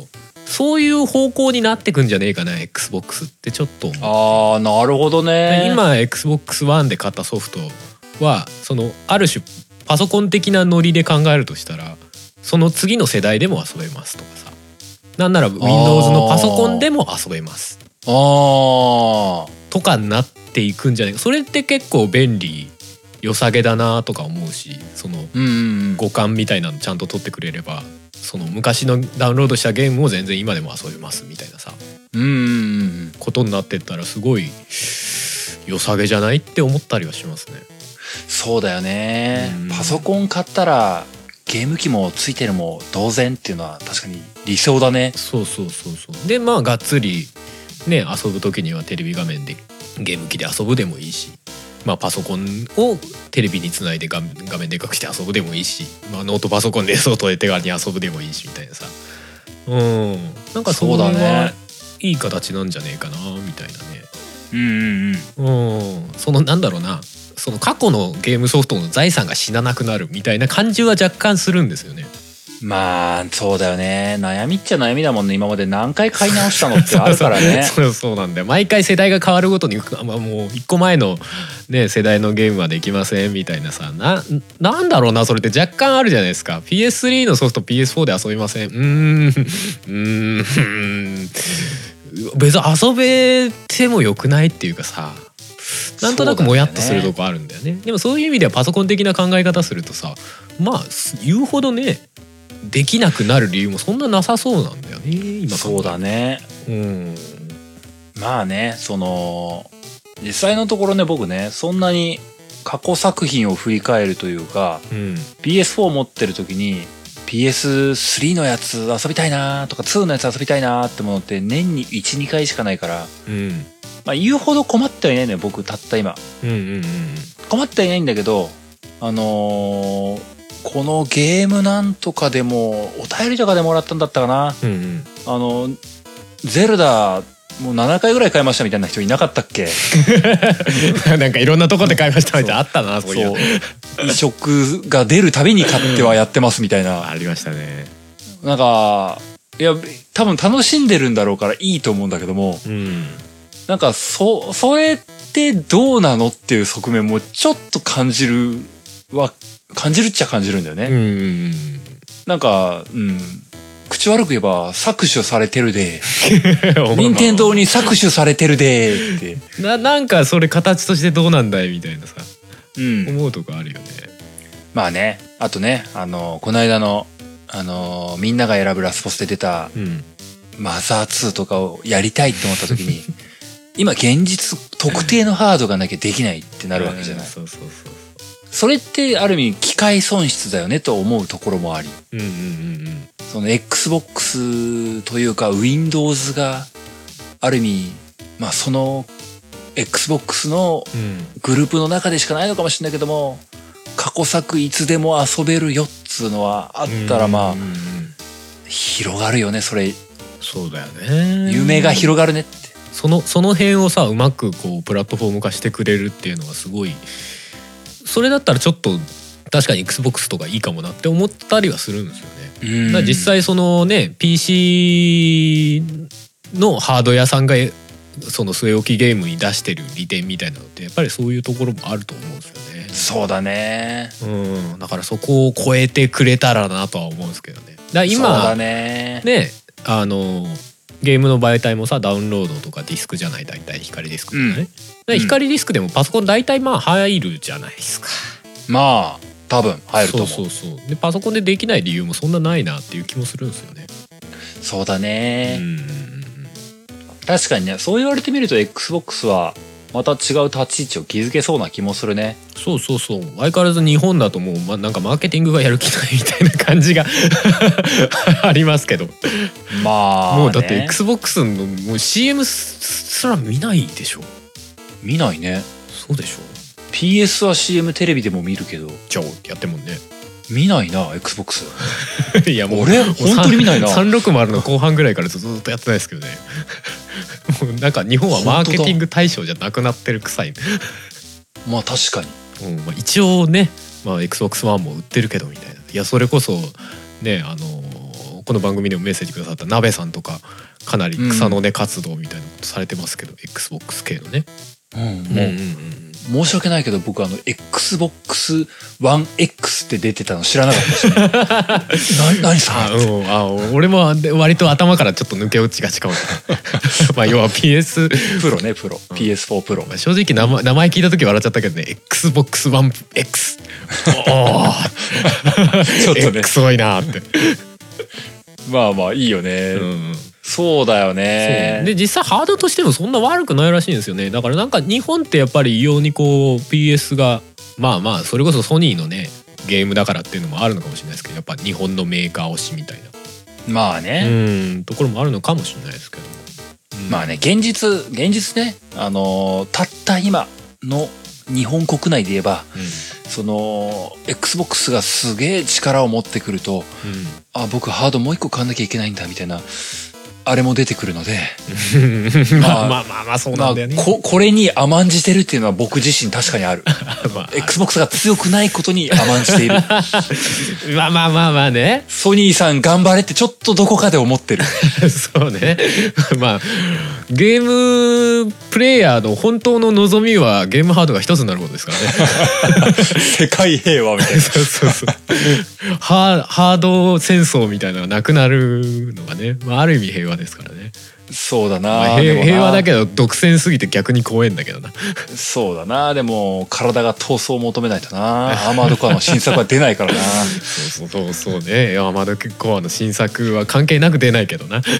そういう方向になってくんじゃねえかな Xbox ってちょっと思う。 あーなるほどね。 今 エックスボックスワン で買ったソフトはそのある種パソコン的なノリで考えるとしたらその次の世代でも遊べますとかさ、なんなら Windows のパソコンでも遊べますあーとかになっていくんじゃないか。それって結構便利良さげだなとか思うし、そのうんうん互換みたいなのちゃんと取ってくれればその昔のダウンロードしたゲームを全然今でも遊べますみたいなさうんうんうんことになってったらすごい良さげじゃないって思ったりはしますね。 そうだよね、 うんパソコン買ったらゲーム機もついてるも同然っていうのは確かに理想だね。 そうそうそうそうでまあがっつりね遊ぶ時にはテレビ画面でゲーム機で遊ぶでもいいし、まあ、パソコンをテレビにつないで画画面でかくして遊ぶでもいいし、まあ、ノートパソコンで外で手軽に遊ぶでもいいしみたいなさ、うんなんかそれそうだはねいい形なんじゃねえかなみたいなね。 うんうんうんうんそのなんだろうなその過去のゲームソフトの財産が死ななくなるみたいな感じは若干するんですよね。 まあそうだよね、悩みっちゃ悩みだもんね。今まで何回買い直したのってあるからねそうそうそうなんだよ。毎回世代が変わるごとに、まあ、もう一個前の、ね、世代のゲームはできませんみたいなさ な, なんだろうなそれって若干あるじゃないですか。 ピーエススリー のソフト ピーエスフォー で遊びませんうーんうーん別に遊べてもよくないっていうかさ、なんとなくもやっとするとこあるんだよね。でもそういう意味ではパソコン的な考え方するとさ、まあ言うほどねできなくなる理由もそんななさそうなんだよね今。 そうだね。 うんまあね、その実際のところね、僕ねそんなに過去作品を振り返るというか、 うん、 ピーエスフォー 持ってる時に ピーエススリー のやつ遊びたいなとかツーのやつ遊びたいなってものって年に いち,に 回しかないから、 うんまあ、言うほど困ってはいないのよ僕たった今。 うんうんうん困ってはいないんだけど、あのーこのゲームなんとかでもお便りとかでもらったんだったかな、 うんうんあのゼルダもうななかいぐらい買いましたみたいな人いなかったっけなんかいろんなとこで買いましたみたいなあったなそういう。 そう移植が出るたびに買ってはやってますみたいなありましたね。 なんかいや多分楽しんでるんだろうからいいと思うんだけども、 うんなんかそそれってどうなのっていう側面もちょっと感じるは感じるっちゃ感じるんだよね。 うんうんうんなんか、うん、口悪く言えば搾取されてるで任天堂に搾取されてるでってななんかそれ形としてどうなんだいみたいなさ、 うん、 思うとこあるよね。 まあね、あとね、あのこの間のあのみんなが選ぶラスボスで出た、うん、マザーツーとかをやりたいって思った時に今現実特定のハードがなきゃできないってなるわけじゃない。そうそうそう。それってある意味機械損失だよねと思うところもあり、うんうんうんうん、その Xbox というか Windows がある意味まあその Xbox のグループの中でしかないのかもしれないけども、過去作いつでも遊べるよっつうのはあったらまあ広がるよねそれ。 そうだよね。 夢が広がるねって。 そのその辺をさうまくこうプラットフォーム化してくれるっていうのがすごい。それだったらちょっと確かに Xbox とかいいかもなって思ったりはするんですよね。だから実際そのね ピーシー のハード屋さんがその据え置きゲームに出してる利点みたいなのってやっぱりそういうところもあると思うんですよね。 そうだね。 うん、だからそこを超えてくれたらなとは思うんですけどね。だから今そうだね。 ねあのゲームの媒体もさダウンロードとかディスクじゃない大体光ディスクじゃない、うん、光ディスクでもパソコン大体まあ入るじゃないですか。 まあ多分入ると思う。 そうそうそう。でパソコンでできない理由もそんなないなっていう気もするんですよね。 そうだね。うん確かにね、そう言われてみると Xbox はまた違う立ち位置を築けそうな気もするね。 そうそうそう。相変わらず日本だともう、ま、なんかマーケティングがやる気ないみたいな感じがありますけど。 まあ、ね、 もうだって Xbox のもう シーエム すら見ないでしょ。 見ないね。 そうでしょ。 ピーエス は シーエム テレビでも見るけど。 じゃあやってもんね。 見ないな Xbox いやもう俺本当に見ないな。 さんびゃくろくじゅうの後半ぐらいからずっとやってないですけどねもうなんか日本はマーケティング対象じゃなくなってるくさいまあ確かに、 うんまあ、一応ね、まあ、エックスボックスワン も売ってるけどみたいな。いやそれこそねあのこの番組でもメッセージくださった鍋さんとかかなり草の根活動みたいなことされてますけど、うん、エックスボックス 系のね、 うん、もう、うんうんうん、申し訳ないけど僕あの エックスボックスワンエックス って出てたの知らなかったし、ね、な何さあ、うん、あ俺も割と頭からちょっと抜け落ちがちかもまあ要は ピーエスプロねプロ、うん、ピーエスフォー プロ、 まあ、正直名前、名前聞いた時笑っちゃったけどね エックスボックスワンエックス おちょっとね X 多いなってまあまあいいよね、うん、そうだよね。 で実際ハードとしてもそんな悪くないらしいんですよね。だからなんか日本ってやっぱり異様にこう ピーエス がまあまあそれこそソニーのねゲームだからっていうのもあるのかもしれないですけど、やっぱ日本のメーカー推しみたいなまあねうんところもあるのかもしれないですけど、 うん、まあね現実現実ねあのー、たった今の日本国内で言えば、うん、その Xbox がすげえ力を持ってくると、うん、あ僕ハードもう一個買わなきゃいけないんだみたいなあれも出てくるのでまあまあまあまあそうなんだよね、 まあ、こ, これに甘んじてるっていうのは僕自身確かにある、まあ、Xbox が強くないことに甘んじているまあまあまあまあねソニーさん頑張れってちょっとどこかで思ってるそうねまあゲームプレイヤーの本当の望みはゲームハードが一つになることですからね世界平和みたいなそうそうそうハー、ハード戦争みたいなのがなくなるのがね、まあ、ある意味平和ですからね。 そうだな、 まあ、平, 平和だけど独占すぎて逆に怖いんだけどなそうだな。でも体が闘争を求めないとなアーマードコアの新作は出ないからなそうそうそうそうねアーマードコアの新作は関係なく出ないけどなね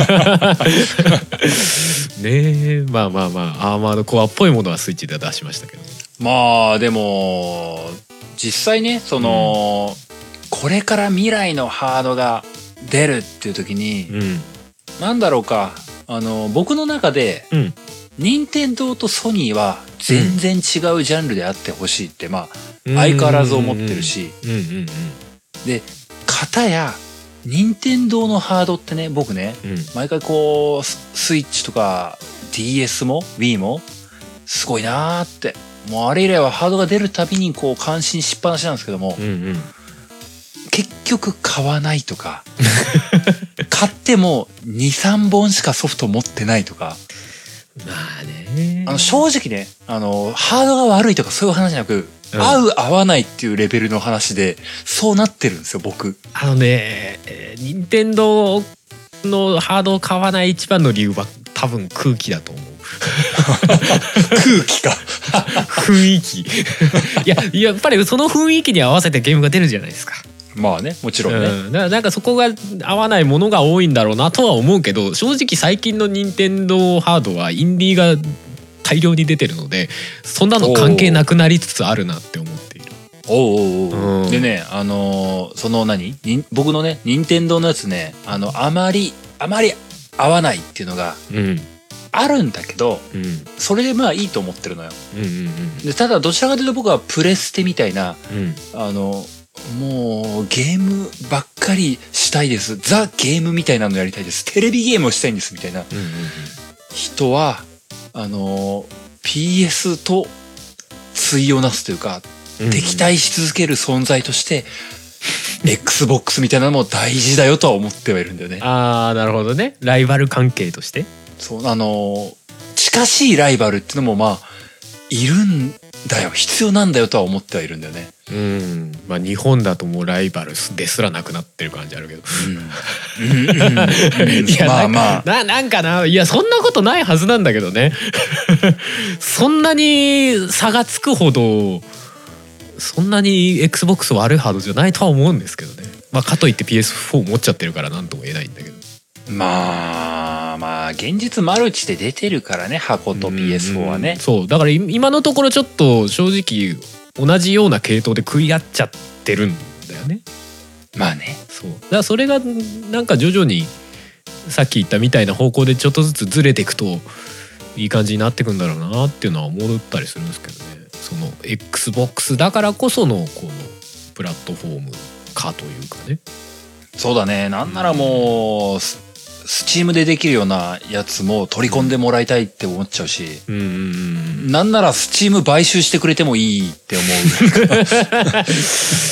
えまあまあまあアーマードコアっぽいものはスイッチで出しましたけど、 まあでも実際ねその、うん、これから未来のハードが出るっていう時に、うん、なんだろうかあの僕の中で、うん、任天堂とソニーは全然違うジャンルであってほしいって、うん、まあ相変わらず思ってるし、で片や任天堂のハードってね僕ね、うん、毎回こうスイッチとか ディーエス も Wii もすごいなーってもうあれ以来はハードが出るたびにこう感心しっぱなしなんですけども、うんうん、結局買わないとか買っても にさんぼんしかソフト持ってないとか、 まあねあの正直ねあのハードが悪いとかそういう話じゃなく、うん、合う合わないっていうレベルの話でそうなってるんですよ僕。 あのね任天堂のハードを買わない一番の理由は多分空気だと思う空気か雰囲気いややっぱりその雰囲気に合わせてゲームが出るじゃないですか。 まあねもちろんね、 うん、だからなんかそこが合わないものが多いんだろうなとは思うけど、正直最近の任天堂ハードはインディーが大量に出てるのでそんなの関係なくなりつつあるなって思っている。 おうおうおう、うん、でねあのー、その何僕のね任天堂のやつねあのあまりあまり合わないっていうのが、うんあるんだけど、うん、それでまあいいと思ってるのよ、うんうんうん、でただどちらかというと僕はプレステみたいな、うん、あのもうゲームばっかりしたいですザ・ゲームみたいなのやりたいですテレビゲームをしたいんですみたいな、うんうんうん、人はあの ピーエス と対をなすというか、うんうん、敵対し続ける存在として、うん、Xbox みたいなのも大事だよとは思ってはいるんだよね。 あーなるほどねライバル関係としてそうあの近しいライバルっていうのもまあいるんだよ必要なんだよとは思ってはいるんだよね。 うんまあ日本だともうライバルですらなくなってる感じあるけど、うんうんうん、いやまあまあななんかないやそんなことないはずなんだけどねそんなに差がつくほどそんなに Xbox 悪いハードじゃないとは思うんですけどね。まあかといって ピーエスフォー 持っちゃってるからなんとも言えないんだけど。 まあまあ現実マルチで出てるからね箱と ピーエスフォー はね。 そうだから今のところちょっと正直同じような系統で食い合っちゃってるんだよね。 まあねそうだからそれがなんか徐々にさっき言ったみたいな方向でちょっとずつずれていくといい感じになってくんだろうなっていうのは思ったりするんですけどね。その Xbox だからこそのこのプラットフォームかというかね。 そうだねなんならもうスチームでできるようなやつも取り込んでもらいたいって思っちゃうし、うんうんうん、なんならスチーム買収してくれてもいいって思うス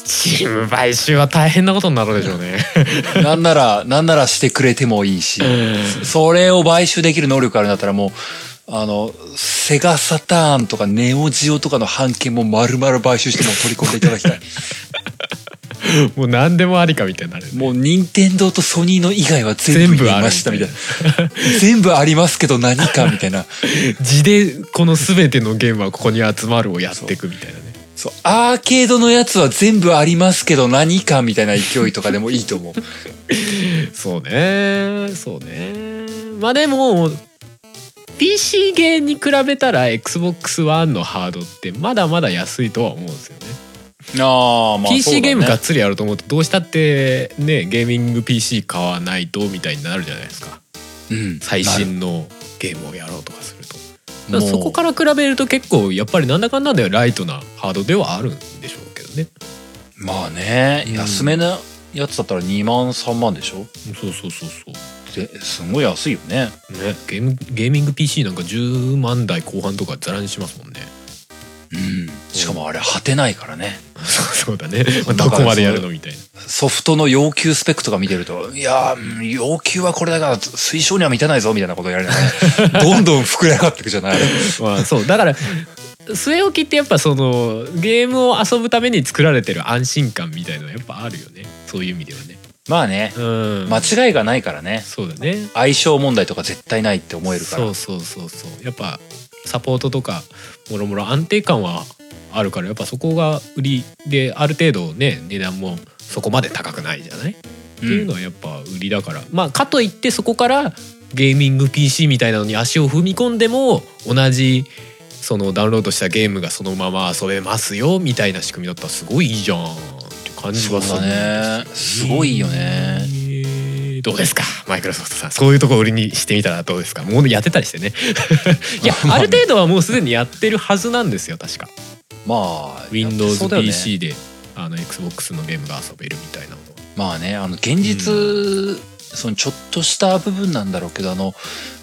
チーム買収は大変なことになるでしょうね。 なんならなんならしてくれてもいいし、それを買収できる能力あるんだったらもうあのセガサターンとかネオジオとかの版権も丸々買収しても取り込んでいただきたい。 もう何でもありかみたいになる、ね、 もう任天堂とソニーの以外は全部ありましたみたいな。全部ありますけど何かみたいな。 字でこの全てのゲームはここに集まるをやっていくみたいなね。 そうアーケードのやつは全部ありますけど何かみたいな勢いとかでもいいと思う。 そうねそうね。まあでも ピーシー ゲーに比べたら エックスボックスワン のハードってまだまだ安いとは思うんですよね。 あ、まあ、 ピーシー ゲームがっつりやると思うとどうしたってねゲーミング ピーシー 買わないとみたいになるじゃないですか、うん、最新のゲームをやろうとかすると。だからそこから比べると結構やっぱりなんだかんだでライトなハードではあるんでしょうけどね。 まあね、うん、安めなやつだったらにまんさんまんでしょ。 そうそうそうそうですごい安いよね。 ねゲームゲーミング ピーシー なんかじゅうまん台後半とかざらにしますもんね。 うん、しかもあれ果てないからね。 そうだね、まあ、どこまでやるのみたいな。 ソフトの要求スペックとか見てるといや要求はこれだから推奨には満たないぞみたいなことやるよね。どんどん膨れ上がっていくじゃない。 まあそうだから据え置きってやっぱそのゲームを遊ぶために作られてる安心感みたいなのやっぱあるよね。そういう意味ではね。 まあね、うん、間違いがないからね。 そうだね。 相性問題とか絶対ないって思えるから。 そうそうそうそうやっぱサポートとかもろもろ安定感はあるからやっぱそこが売りである程度ね値段もそこまで高くないじゃない、うん、っていうのはやっぱ売りだからまあかといってそこからゲーミング ピーシー みたいなのに足を踏み込んでも同じそのダウンロードしたゲームがそのまま遊べますよみたいな仕組みだったらすごいいいじゃんって感じはするんですよね。 すごいよね。 どうですかマイクロソフトさん、そういうとこ売りにしてみたらどうですか。もうやってたりしてね。いやある程度はもうすでにやってるはずなんですよ確か。 まあウィンドウズ ピーシー であの エックスボックス のゲームが遊べるみたいなの。 まあねあの現実、うん、そのちょっとした部分なんだろうけどあの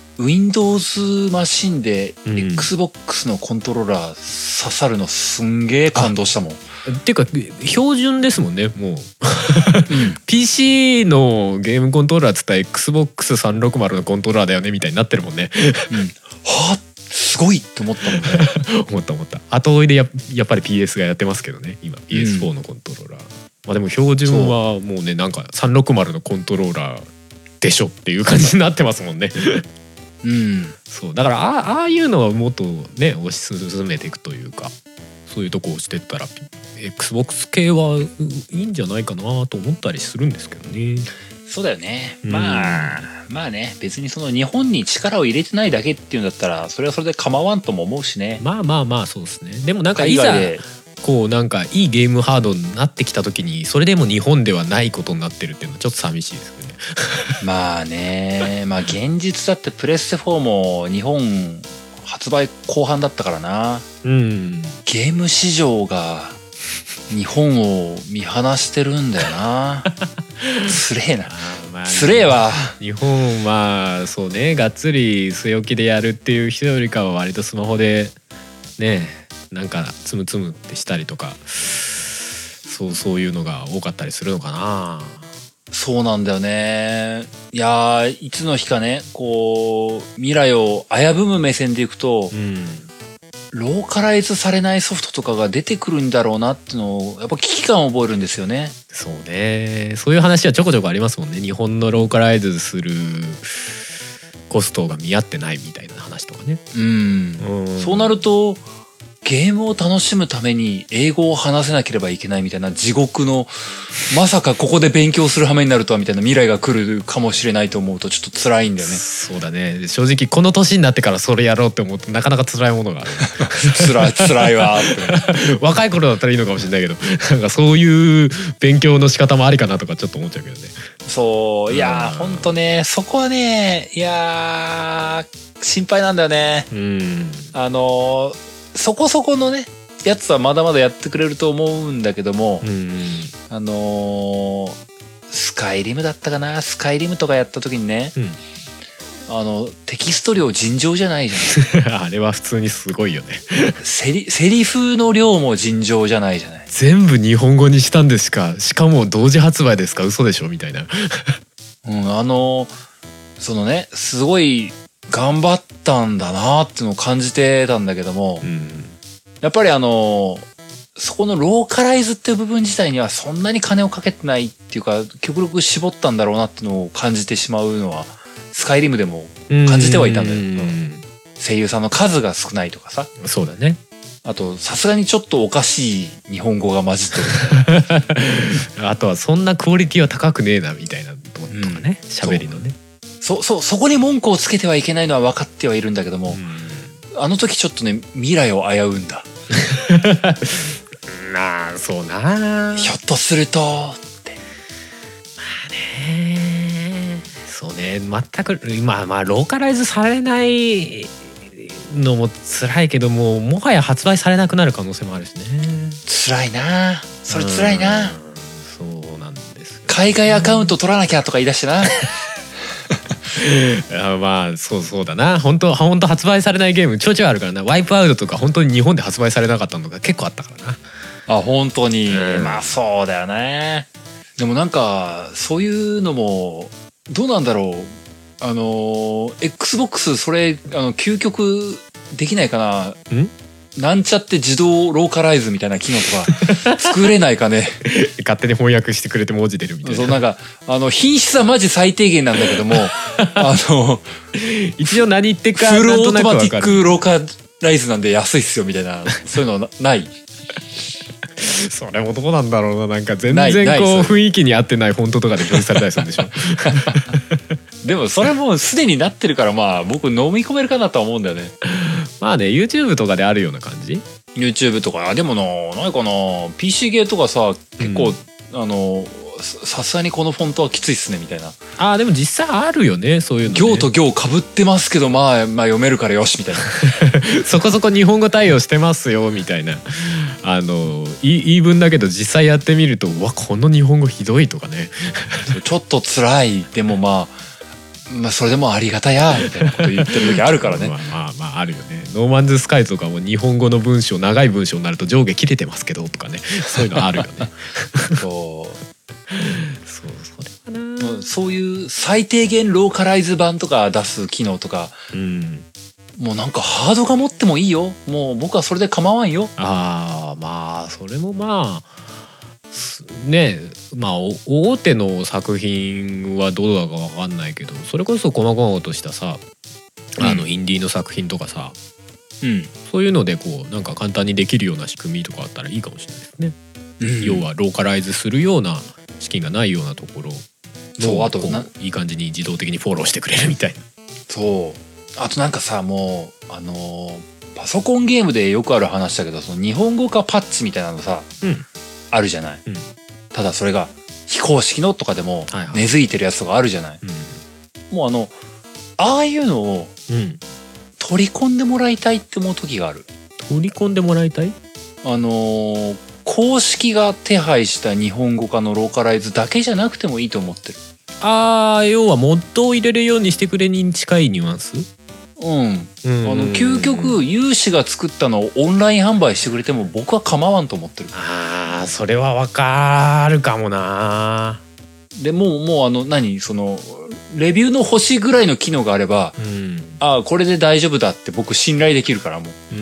Windows マシンで エックスボックス のコントローラー刺さるのすんげえ感動したもん。 っていうか標準ですもんねもう、うん、ピーシー のゲームコントローラーっつったら エックスボックスさんびゃくろくじゅう のコントローラーだよねみたいになってるもんね、 うん、はっすごいって思ったもんね。 思った思った。後追いで や, やっぱり ピーエス がやってますけどね今 ピーエスフォー のコントローラー、うん、まあでも標準はもうねなんかさんびゃくろくじゅうのコントローラーでしょっていう感じになってますもんね。うん、そうだからあ あ, ああいうのはもっとね推し進めていくというかそういうとこをしてったら エックスボックス 系はいいんじゃないかなと思ったりするんですけどね。 そうだよね、うん、まあまあね別にその日本に力を入れてないだけっていうんだったらそれはそれで構わんとも思うしね。 まあまあまあそうですね。でもなんかいざこうなんかいいゲームハードになってきた時にそれでも日本ではないことになってるっていうのはちょっと寂しいですけどね。 まあねまあ現実だってプレステフォーも日本発売後半だったからな、うん、ゲーム市場が日本を見放してるんだよな。つれえな、まあ、つれえわ。 日本はそうねがっつり据え置きでやるっていう人よりかは割とスマホでねなんかつむつむってしたりとかそうそういうのが多かったりするのかな。 そうなんだよね。いやいつの日かねこう未来を危ぶむ目線でいくと、うん、ローカライズされないソフトとかが出てくるんだろうなっていうのをやっぱ危機感を覚えるんですよね。 そうねそういう話はちょこちょこありますもんね。日本のローカライズするコストが見合ってないみたいな話とかね。うん、うん、そうなるとゲームを楽しむために英語を話せなければいけないみたいな地獄のまさかここで勉強する羽目になるとはみたいな未来が来るかもしれないと思うとちょっと辛いんだよね。そうだね正直この年になってからそれやろうって思うとなかなか辛いものがある。 辛い辛いわって若い頃だったらいいのかもしれないけどなんかそういう勉強の仕方もありかなとかちょっと思っちゃうけどね。 そういやーほんとねそこはねいやー心配なんだよね。うんあのーそこそこのねやつはまだまだやってくれると思うんだけども、うんうん、あのー、スカイリムだったかなスカイリムとかやった時にね、うん、 あのテキスト量尋常じゃないじゃないあれは普通にすごいよねセリセリフの量も尋常じゃないじゃない。 全部日本語にしたんですか、しかも同時発売ですか、嘘でしょみたいなうんあのそのねすごい頑張ったんだなっていうのを感じてたんだけども、うん、やっぱりあのそこのローカライズっていう部分自体にはそんなに金をかけてないっていうか極力絞ったんだろうなっていうのを感じてしまうのはスカイリムでも感じてはいたんだよ、うん、声優さんの数が少ないとかさ。 そうだね。 あとさすがにちょっとおかしい日本語が混じってるあとはそんなクオリティは高くねえなみたいなとかね、喋、うん、りのね。 そそそこに文句をつけてはいけないのは分かってはいるんだけども、うん、あの時ちょっとね未来を危うんだなあそうな、 ひょっとするとってまあね、そうね、全く今まあローカライズされないのも辛いけども、もはや発売されなくなる可能性もあるしね。 辛いな、それ辛いな。 そうなんですよ。 海外アカウント取らなきゃとか言い出してなあまあそうそうだな、本当本当発売されないゲームちょいちょいあるからな。ワイプアウトとか本当に日本で発売されなかったのが結構あったからな。 あ本当に、うん、まあそうだよね。でもなんかそういうのもどうなんだろう、あの Xbox それあの究極できないかな。んなんちゃって自動ローカライズみたいな機能とか作れないかね勝手に翻訳してくれて文字出るみたいな。 そうなんかあの品質はマジ最低限なんだけどもあの一応何言ってかフルオートマティックローカライズなんで安いっすよみたいなそういうのないそれもどうなんだろうな、なんか全然こう雰囲気に合ってないフォントとかで表示されたりするんでしょでもそれもうすでになってるからまあ僕飲み込めるかなとは思うんだよねまあね YouTube とかであるような感じ YouTube とか。でもなないかな ピーシー ゲーとかさ結構、うん、あのさすがにこのフォントはきついっすねみたいな。 あでも実際あるよねそういうのね。 行と行かぶってますけど、まあ、まあ読めるからよしみたいなそこそこ日本語対応してますよみたいなあの言い分だけど実際やってみるとうわこの日本語ひどいとかねちょっと辛い。でもまあまあそれでもありがたやみたいなこと言ってる時あるからねまあまあまああるよね。ノーマンズスカイとかも日本語の文章長い文章になると上下切れてますけどとかねそういうのあるよねそうそうそれかな。 そういう最低限ローカライズ版とか出す機能とか、うん、もうなんかハードが持ってもいいよ。もう僕はそれで構わんよ。 ああまあそれもまあねまあ大手の作品はどうだか分かんないけどそれこそ細々としたさあの、うん、インディーの作品とかさ、うん、そういうのでこうなんか簡単にできるような仕組みとかあったらいいかもしれないですね、うん、要はローカライズするような資金がないようなところそうあといい感じに自動的にフォローしてくれるみたいな。 そうあとなんかさもうあのー、パソコンゲームでよくある話だけどその日本語化パッチみたいなのさ、うんあるじゃない、うん、ただそれが非公式のとかでも根付いてるやつとかあるじゃない、はいはい、もうあのああいうのを取り込んでもらいたいって思う時がある。 取り込んでもらいたいあのー、公式が手配した日本語化のローカライズだけじゃなくてもいいと思ってる。 あー要はモッドを入れるようにしてくれに近いニュアンス。 うん、うん、あの究極有志が作ったのをオンライン販売してくれても僕は構わんと思ってる。 あーそれはわかるかもな。 でもうもうあの何そのレビューの星ぐらいの機能があれば、うん、ああこれで大丈夫だって僕信頼できるからもう、うん、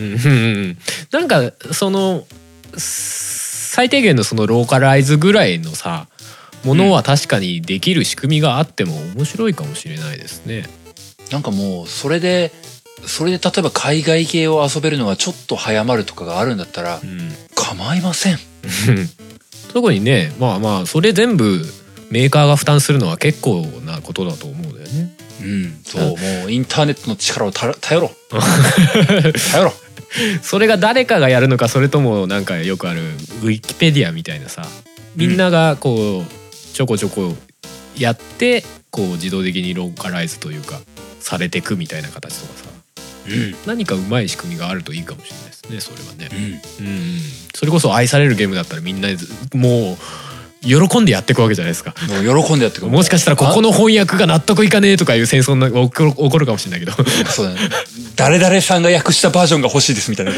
なんかその最低限のそのローカライズぐらいのさものは確かにできる仕組みがあっても面白いかもしれないですね。 なんかもうそれでそれで例えば海外系を遊べるのがちょっと早まるとかがあるんだったら、うん、構いません特にねまあまあそれ全部メーカーが負担するのは結構なことだと思うんだよね。 うんそうもうインターネットの力を頼ろ頼ろそれが誰かがやるのかそれともなんかよくあるウィキペディアみたいなさみんながこうちょこちょこやってこう自動的にローカライズというかされてくみたいな形とかさ、うん、何かうまい仕組みがあるといいかもしれないですねそれはね、うんうん、それこそ愛されるゲームだったらみんなもう喜んでやっていくわけじゃないですか。 もう喜んでやっていく。 もしかしたらここの翻訳が納得いかねえとかいう戦争が起こる、起こるかもしれないけどそうだね、誰々さんが訳したバージョンが欲しいですみたいな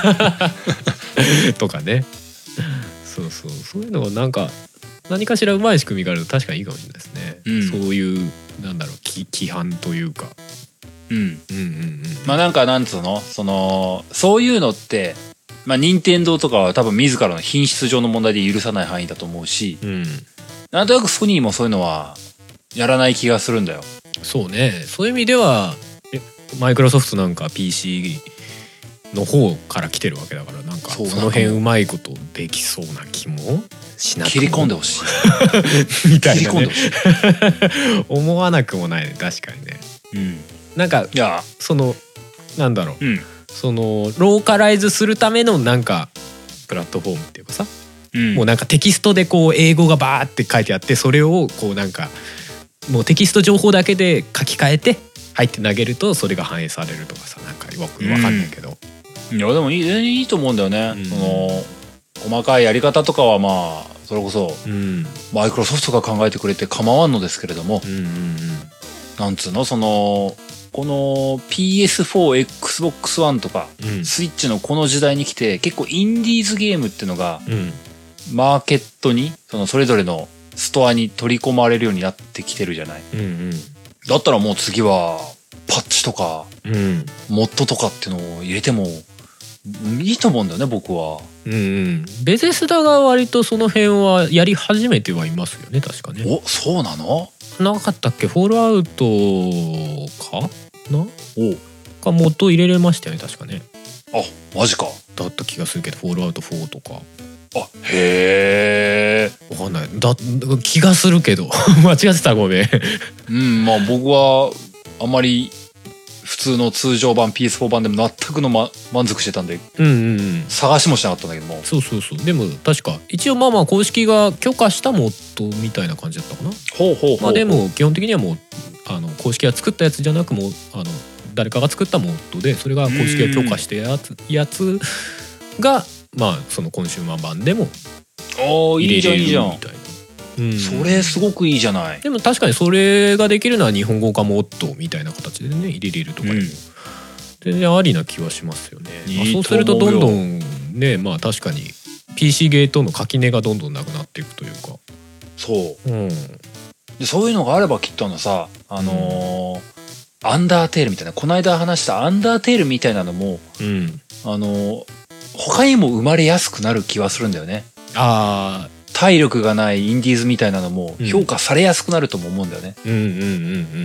とかね。そうそう、そういうのをなんか何かしらうまい仕組みがあると確かにいいかもしれないですね、うん、そういうなんだろう規範というか、 うん、うんうんうんまあなんかなんつうのそのそういうのってまあ任天堂とかは多分自らの品質上の問題で許さない範囲だと思うし、うん、なんとなくソニーもそういうのはやらない気がするんだよ。 そうね、そういう意味ではマイクロソフトなんか ピーシー の方から来てるわけだから、なんかその辺うまいことできそうな気もしなくも切り込んでほしいみたいなね思わなくもないね、確かにね、うん、なんかいやそのなんだろう、うん、そのローカライズするためのなんかプラットフォームっていうかさ、うん、もうなんかテキストでこう英語がバーって書いてあって、それをこうなんかもうテキスト情報だけで書き換えて入って投げるとそれが反映されるとかさ、なんかよく分かんないけど、 うん、いやでもいい、いいと思うんだよね、うん、その細かいやり方とかはまあそれこそ、うん、マイクロソフトが考えてくれて構わんのですけれども、うんうんうん、なんつうのそのこの ピーエスフォー、エックスボックスワン とか、うん、スイッチのこの時代に来て結構インディーズゲームっていうのが、うん、マーケットにそのそれぞれのストアに取り込まれるようになってきてるじゃない、うんうん、だったらもう次はパッチとか、うん、モッドとかっていうのを入れてもいいと思うんだよね僕は。 うんうん、ベゼスダが割とその辺はやり始めてはいますよね、確かね。 お、そうなの？ なかったっけ？フォールアウトかな？おかモッド入れれましたよね確かね。 あ、マジか。 だった気がするけど、フォールアウトフォーとか。 あ、へえ。 わかんない。だ気がするけど間違ってたらごめんうん、まあ僕はあんまり普通の通常版 ピーエスフォー 版でも全くの、ま、満足してたんで、うんうんうん、探しもしなかったんだけども。 そうそうそう。でも確か一応まあまあ公式が許可したモッドみたいな感じだったかな。 ほうほうほうほう。 まあでも基本的にはもうあの公式が作ったやつじゃなく、もうあの誰かが作ったモッドで、それが公式が許可してやつやつがまあそのコンシューマー版でも入れれるみたいな。 うん、それすごくいいじゃない。 でも確かにそれができるのは日本語化モッドみたいな形でね入れれるとかでも全然ありな気はしますよね、うん、まあ、そうするとどんどんね、まあ確かに ピーシー ゲートの垣根がどんどんなくなっていくというか。 そう、うん、でそういうのがあればきっとのさ、あのーうん、アンダーテールみたいな、この間話したアンダーテールみたいなのも、うん、あのー、他にも生まれやすくなる気はするんだよね。ああ、体力がないインディーズみたいなのも評価されやすくなるとも思うんだよね。うんうんうんうんうん。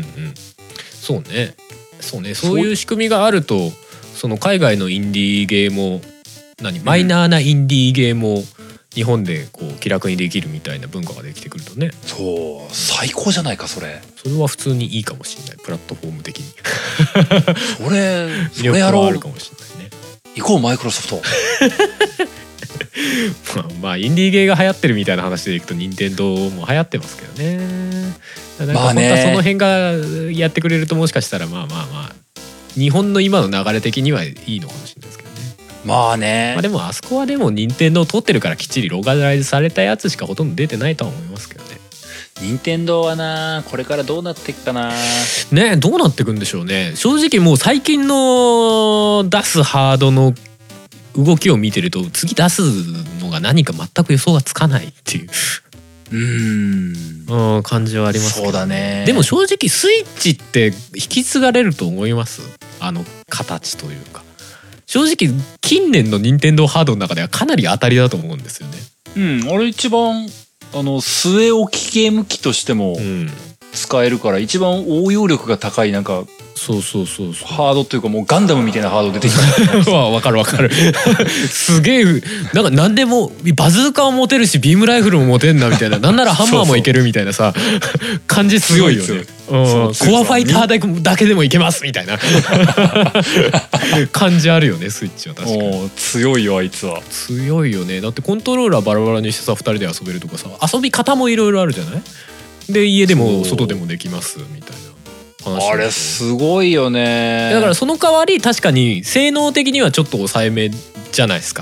そうね。そうね。そういう仕組みがあると、その海外のインディーゲーも何、マイナーなインディーゲーも日本でこう気楽にできるみたいな文化ができてくるとね。 そう、最高じゃないかそれ。 それは普通にいいかもしれない。プラットフォーム的に。 それそれやろう。あるかもしれないね。行こうマイクロソフト。 まあインディーゲーが流行ってるみたいな話でいくと任天堂も流行ってますけどね。なんか本当はその辺がやってくれるともしかしたらまあまあまあ日本の今の流れ的にはいいのかもしれないですけどね。 まあね。 まあでもあそこはでも任天堂取ってるからきっちりローカライズされたやつしかほとんど出てないとは思いますけどね。 任天堂はなこれからどうなっていくかな。 ねえ、どうなっていくんでしょうね。正直もう最近の出すハードの動きを見てると次出すのが何か全く予想がつかないっていううーん感じはありますけど、ね、 そうだね。 でも正直スイッチって引き継がれると思います？あの形というか。正直近年の任天堂ハードの中ではかなり当たりだと思うんですよね。 うん、あれ一番あの据え置きゲーム機としても使えるから、一番応用力が高いなんかそうそうそうそうハードというかもうガンダムみたいなハード出てきた。 わかるわかる。すげえなんか何でもバズーカを持てるしビームライフルも持てんなみたいな、なんならハンマーもいけるみたいなさ感じ強いよね。コアファイターだけでもいけますみたいな感じあるよねスイッチは。確かに強いよあいつは。 強いよね。だってコントローラーバラバラにしてさふたりで遊べるとかさ、遊び方もいろいろあるじゃない。で家でも外でもできますみたいな。 あれすごいよね。 だからその代わり確かに性能的にはちょっと抑えめじゃないですか。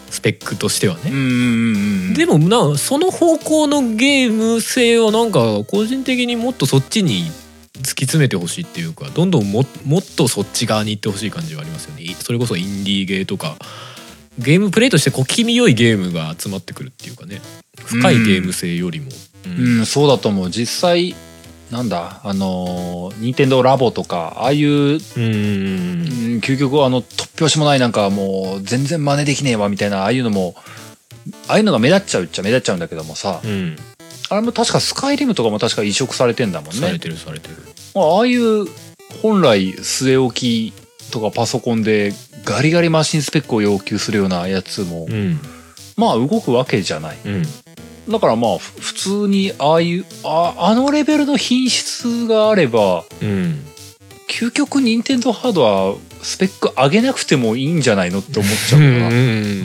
スペックとしてはね。 うんうんうん、 でもなその方向のゲーム性をなんか個人的にもっとそっちに突き詰めてほしいっていうか、どんどん も, もっとそっち側に行ってほしい感じはありますよね。それこそインディーゲーとかゲームプレイとして小気味良いゲームが集まってくるっていうかね、深いゲーム性よりも、 うん、うん、そうだと思う。実際なんだあの任天堂ラボとかああいう、うん、究極あの突拍子もないなんかもう全然真似できねえわみたいなああいうのもああいうのが目立っちゃうっちゃ目立っちゃうんだけどもさ、うん、あれも確かスカイリムとかも確か移植されてんだもんね。 されてるされてる。 ああいう本来据え置きとかパソコンでガリガリマシンスペックを要求するようなやつも、うん、まあ動くわけじゃない、うん、だからまあ普通にああいう あ, あのレベルの品質があれば、うん、究極任天堂ハードはスペック上げなくてもいいんじゃないのって思っちゃうかな。うんうん、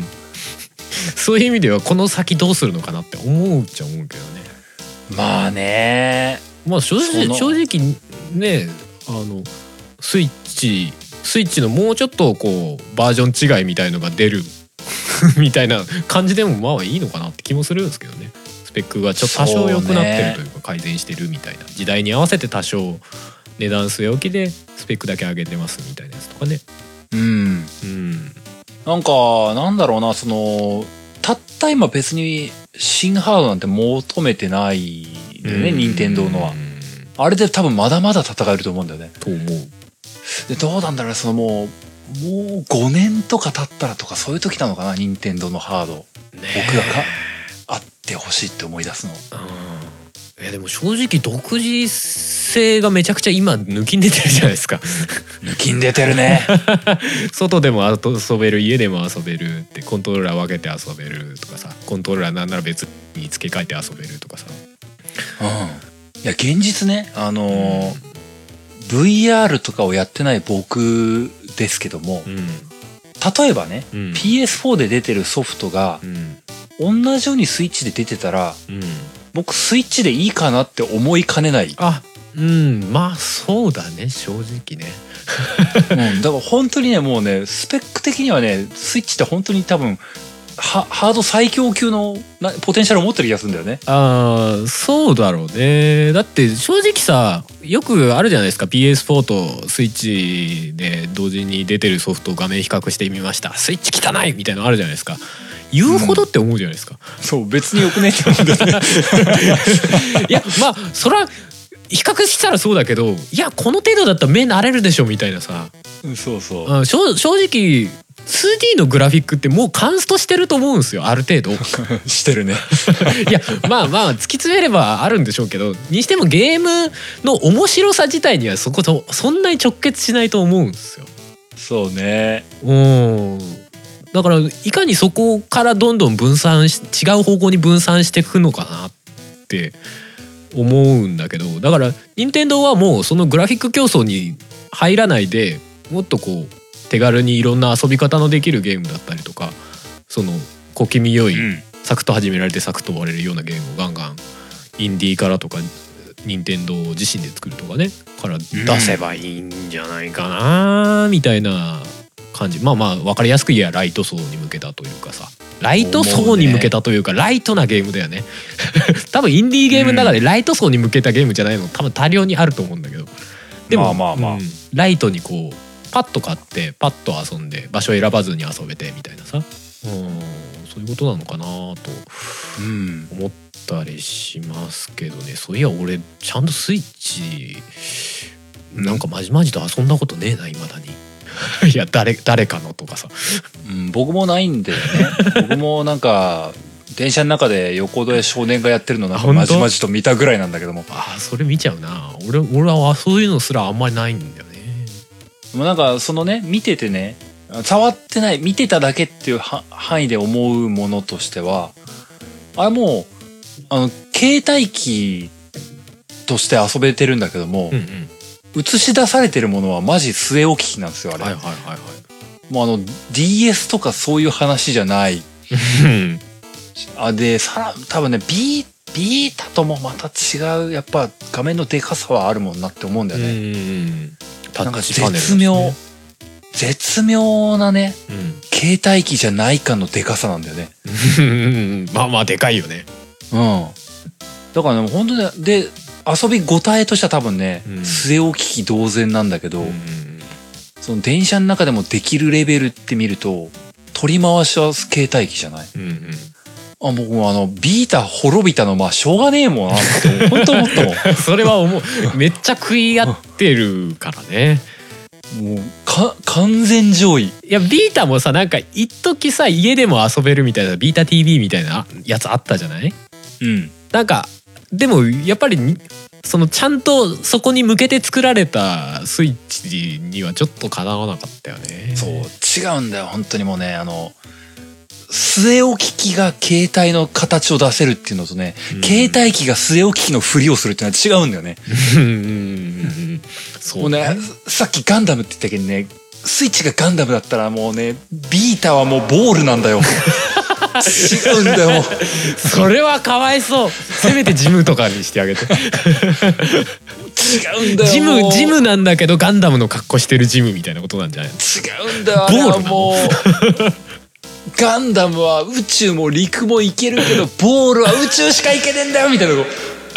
そういう意味ではこの先どうするのかなって思うっちゃ思うけどね。 まあね、 まあ正直正直ね、あのスイッチスイッチのもうちょっとこうバージョン違いみたいのが出るみたいな感じでもまあいいのかなって気もするんですけどね。スペックがちょっと多少良くなってるというか改善してるみたいな、時代に合わせて多少値段据え置きでスペックだけ上げてますみたいなやつとかね。うん、 うん、なんかなんだろうな、そのたった今別に新ハードなんて求めてないんだよね、任天堂のは。あれで多分まだまだ戦えると思うんだよね。 と思う。 でどうなんだろうね、そのもうもうごねんとか経ったらとかそういう時なのかな、任天堂のハード、ね、僕がかあってほしいって思い出すの。 うん、いやでも正直独自性がめちゃくちゃ今抜きん出てるじゃないですか。 抜きん出てるね。 外でも遊べる、家でも遊べるって、コントローラー分けて遊べるとかさ、コントローラーなんなら別に付け替えて遊べるとかさ。 うん、いや現実ね、あのーうん、ブイアール とかをやってない僕ですけども、うん、例えばね、うん、ピーエスフォー で出てるソフトが、うん、同じようにスイッチで出てたら、うん、僕スイッチでいいかなって思いかねない。 あ、うん、まあそうだね、正直ね。 うん、だから本当にね、もうねスペック的にはねスイッチって本当に多分ハ, ハード最強級のポテンシャルを持ってる気がするんだよね。 ああ、そうだろうね。だって正直さ、よくあるじゃないですか、 ピーエスフォー とスイッチで同時に出てるソフトを画面比較してみました、スイッチ汚いみたいなのあるじゃないですか。言うほどって思うじゃないですか、 うん、そう別によくねって思うんだよね。 いやまあそら比較したらそうだけど、いやこの程度だったら目慣れるでしょみたいなさ、 うん、そうそう、 うん、正, 正直 ツーディー のグラフィックってもうカンストしてると思うんですよ、ある程度。 してるね。 いやまあまあ突き詰めればあるんでしょうけど、にしてもゲームの面白さ自体にはそことそんなに直結しないと思うんですよ。 そうね。 うん。だからいかにそこからどんどん分散し違う方向に分散していくのかなって思うんだけど、だから任天堂はもうそのグラフィック競争に入らないで、もっとこう手軽にいろんな遊び方のできるゲームだったりとか、その小気味良い、うん、サクッと始められてサクッと終われるようなゲームをガンガンインディーからとか任天堂自身で作るとかねから出せばいいんじゃないかなみたいな感じ。まあまあ分かりやすく言えばライト層に向けたというかさ、ライト層に向けたというかライトなゲームだよね。多分インディーゲームの中でライト層に向けたゲームじゃないの多分多量にあると思うんだけど、でもまあまあまあ、うん、ライトにこうパッと買ってパッと遊んで場所選ばずに遊べてみたいなさ、うん、そういうことなのかなと思ったりしますけどね。そういや俺ちゃんとスイッチなんかまじまじと遊んだことねえな未だに。いや 誰, 誰かのとかさ、 うん、僕もないんだよね。僕もなんか電車の中で横で少年がやってるのなんかまじまじと見たぐらいなんだけども。 ああそれ見ちゃうな。俺俺はそういうのすらあんまりないんだよね。 もうなんかそのね見ててね、触ってない見てただけっていう範囲で思うものとしては、あれもうあの携帯機として遊べてるんだけども、うんうん、映し出されてるものはマジ据え置き機なんですよあれ。はいはいはいはい。もうあの ディーエス とかそういう話じゃない。あでさら多分ね ビー, ビータともまた違うやっぱ画面のでかさはあるもんなって思うんだよね。うんなんか絶妙絶妙なね、 うん、 携帯機じゃないかのでかさなんだよね。 まあまあでかいよね。 うん。だからね本当にで遊びごたえとしては多分ね、うん、据え置き機同然なんだけど、うん、その電車の中でもできるレベルって見ると取り回しは携帯機じゃない。うんうん、あ僕もあのビータ滅びたのまあしょうがねえもんなって本当思ったもん。 それは思う。めっちゃ食い合ってるからね。 もうか完全上位。いやビータもさなんか一時さ家でも遊べるみたいなビータ ティーブイ みたいなやつあったじゃない？ うん。 なんかでもやっぱりそのちゃんとそこに向けて作られたスイッチにはちょっとかなわなかったよね。 そう違うんだよ本当にもうねあの据え置き機が携帯の形を出せるっていうのとね、うん、携帯機が据え置き機のふりをするっていうのは違うんだよね。そうね。もうねさっきガンダムって言ったけどねスイッチがガンダムだったらもうねビータはもうボールなんだよ。違うんだよ。 それはかわいそう。せめてジムとかにしてあげて。違うんだよ。 ジムジムなんだけどガンダムの格好してるジムみたいなことなんじゃないの？ 違うんだよ。ボールもうガンダムは宇宙も陸も行けるけどボールは宇宙しか行けねえんだよみたいな。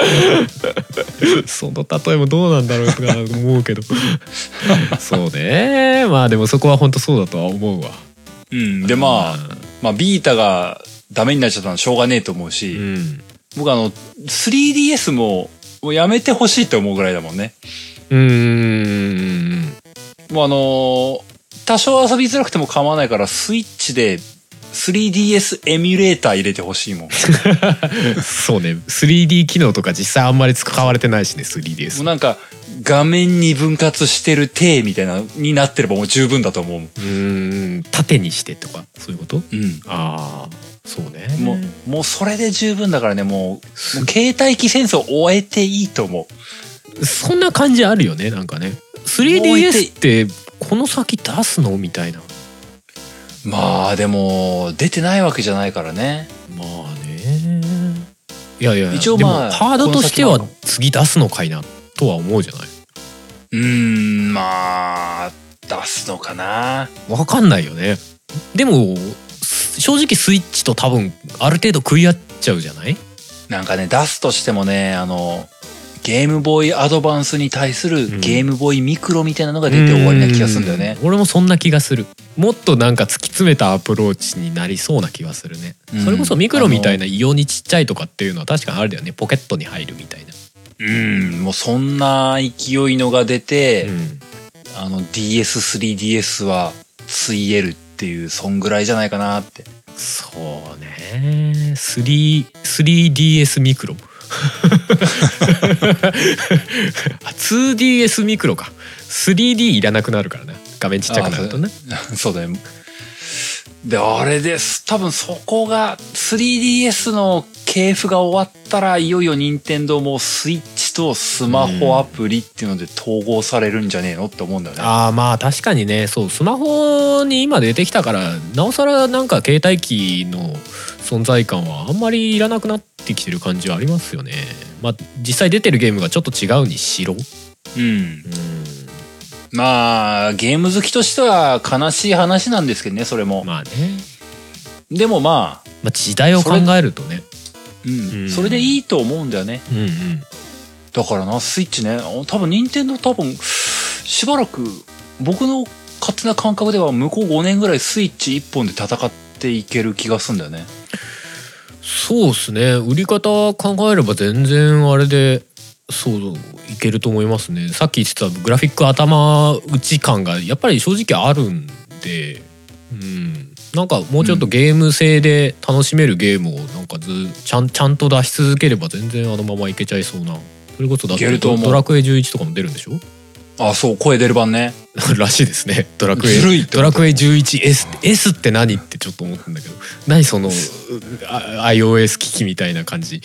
その例えもどうなんだろうとか思うけど。そうね。まあでもそこは本当そうだとは思うわ。 うんでまあ。まあ、ビータがダメになっちゃったのはしょうがねえと思うし、うん、僕あの スリーディーエス ももうやめてほしいと思うぐらいだもんね。 うーんもうあのー、多少遊びづらくても構わないからスイッチで スリーディーエス エミュレーター入れてほしいもん。 そうね スリーディー 機能とか実際あんまり使われてないしね スリーディーエス。 もうなんか画面に分割してる体みたいなになってればもう十分だと思う。うーん縦にしてとかそういうこと？うん。ああそうね。 もうもうそれで十分だからねもう、もう携帯機戦争を終えていいと思う。そんな感じあるよねなんかね。スリーディーエス ってこの先出すのみたいな。 まあでも出てないわけじゃないからね。 まあね。いやいや一応まあハードとしては次出すのかいなとは思うじゃない。 うーんまあ出すのかな。 わかんないよね。でも正直スイッチと多分ある程度食い合っちゃうじゃない。 なんかね出すとしてもねあのゲームボーイアドバンスに対するゲームボーイミクロみたいなのが出て終わりな気がするんだよね。 俺もそんな気がする。もっとなんか突き詰めたアプローチになりそうな気がするね。それこそミクロみたいな異様にちっちゃいとかっていうのは確かにあるだよね。ポケットに入るみたいな。 うんもうそんな勢いのが出て、うん、あの ディーエススリーディーエス はついえるっていうそんぐらいじゃないかなって。 そうね スリーディーエス ミクロ。ツーディーエス ミクロか。 スリーディー いらなくなるからな画面ちっちゃくなるとね。 そうだね。であれです多分そこが スリーディーエス の系譜が終わったらいよいよ任天堂もスイッチとスマホアプリっていうので統合されるんじゃねえのって思うんだよね。 ああまあ確かにね。そうスマホに今出てきたからなおさらなんか携帯機の存在感はあんまりいらなくなってきてる感じはありますよね。まあ実際出てるゲームがちょっと違うにしろ。うん、うんまあゲーム好きとしては悲しい話なんですけどねそれも。 まあね。 でもまあ、 まあ、時代を考えるとねそれ、うんうん、それでいいと思うんだよね。うんうん、だからなスイッチね多分任天堂多分しばらく僕の勝手な感覚では向こうごねんぐらいスイッチいっぽんで戦っていける気がするんだよね。 そうっすね。売り方考えれば全然あれでそういけると思いますね。さっき言ってたグラフィック頭打ち感がやっぱり正直あるんで、うん、なんかもうちょっとゲーム性で楽しめるゲームをなんかずちゃんちゃんと出し続ければ全然あのままいけちゃいそうな。それこそだってドラクエじゅういちとかも出るんでしょ。 あそう声出る版ね。 らしいですね。ドラクエドラクエ じゅういちエス って S って何ってちょっと思ったんだけど何その iOS 機器みたいな感じ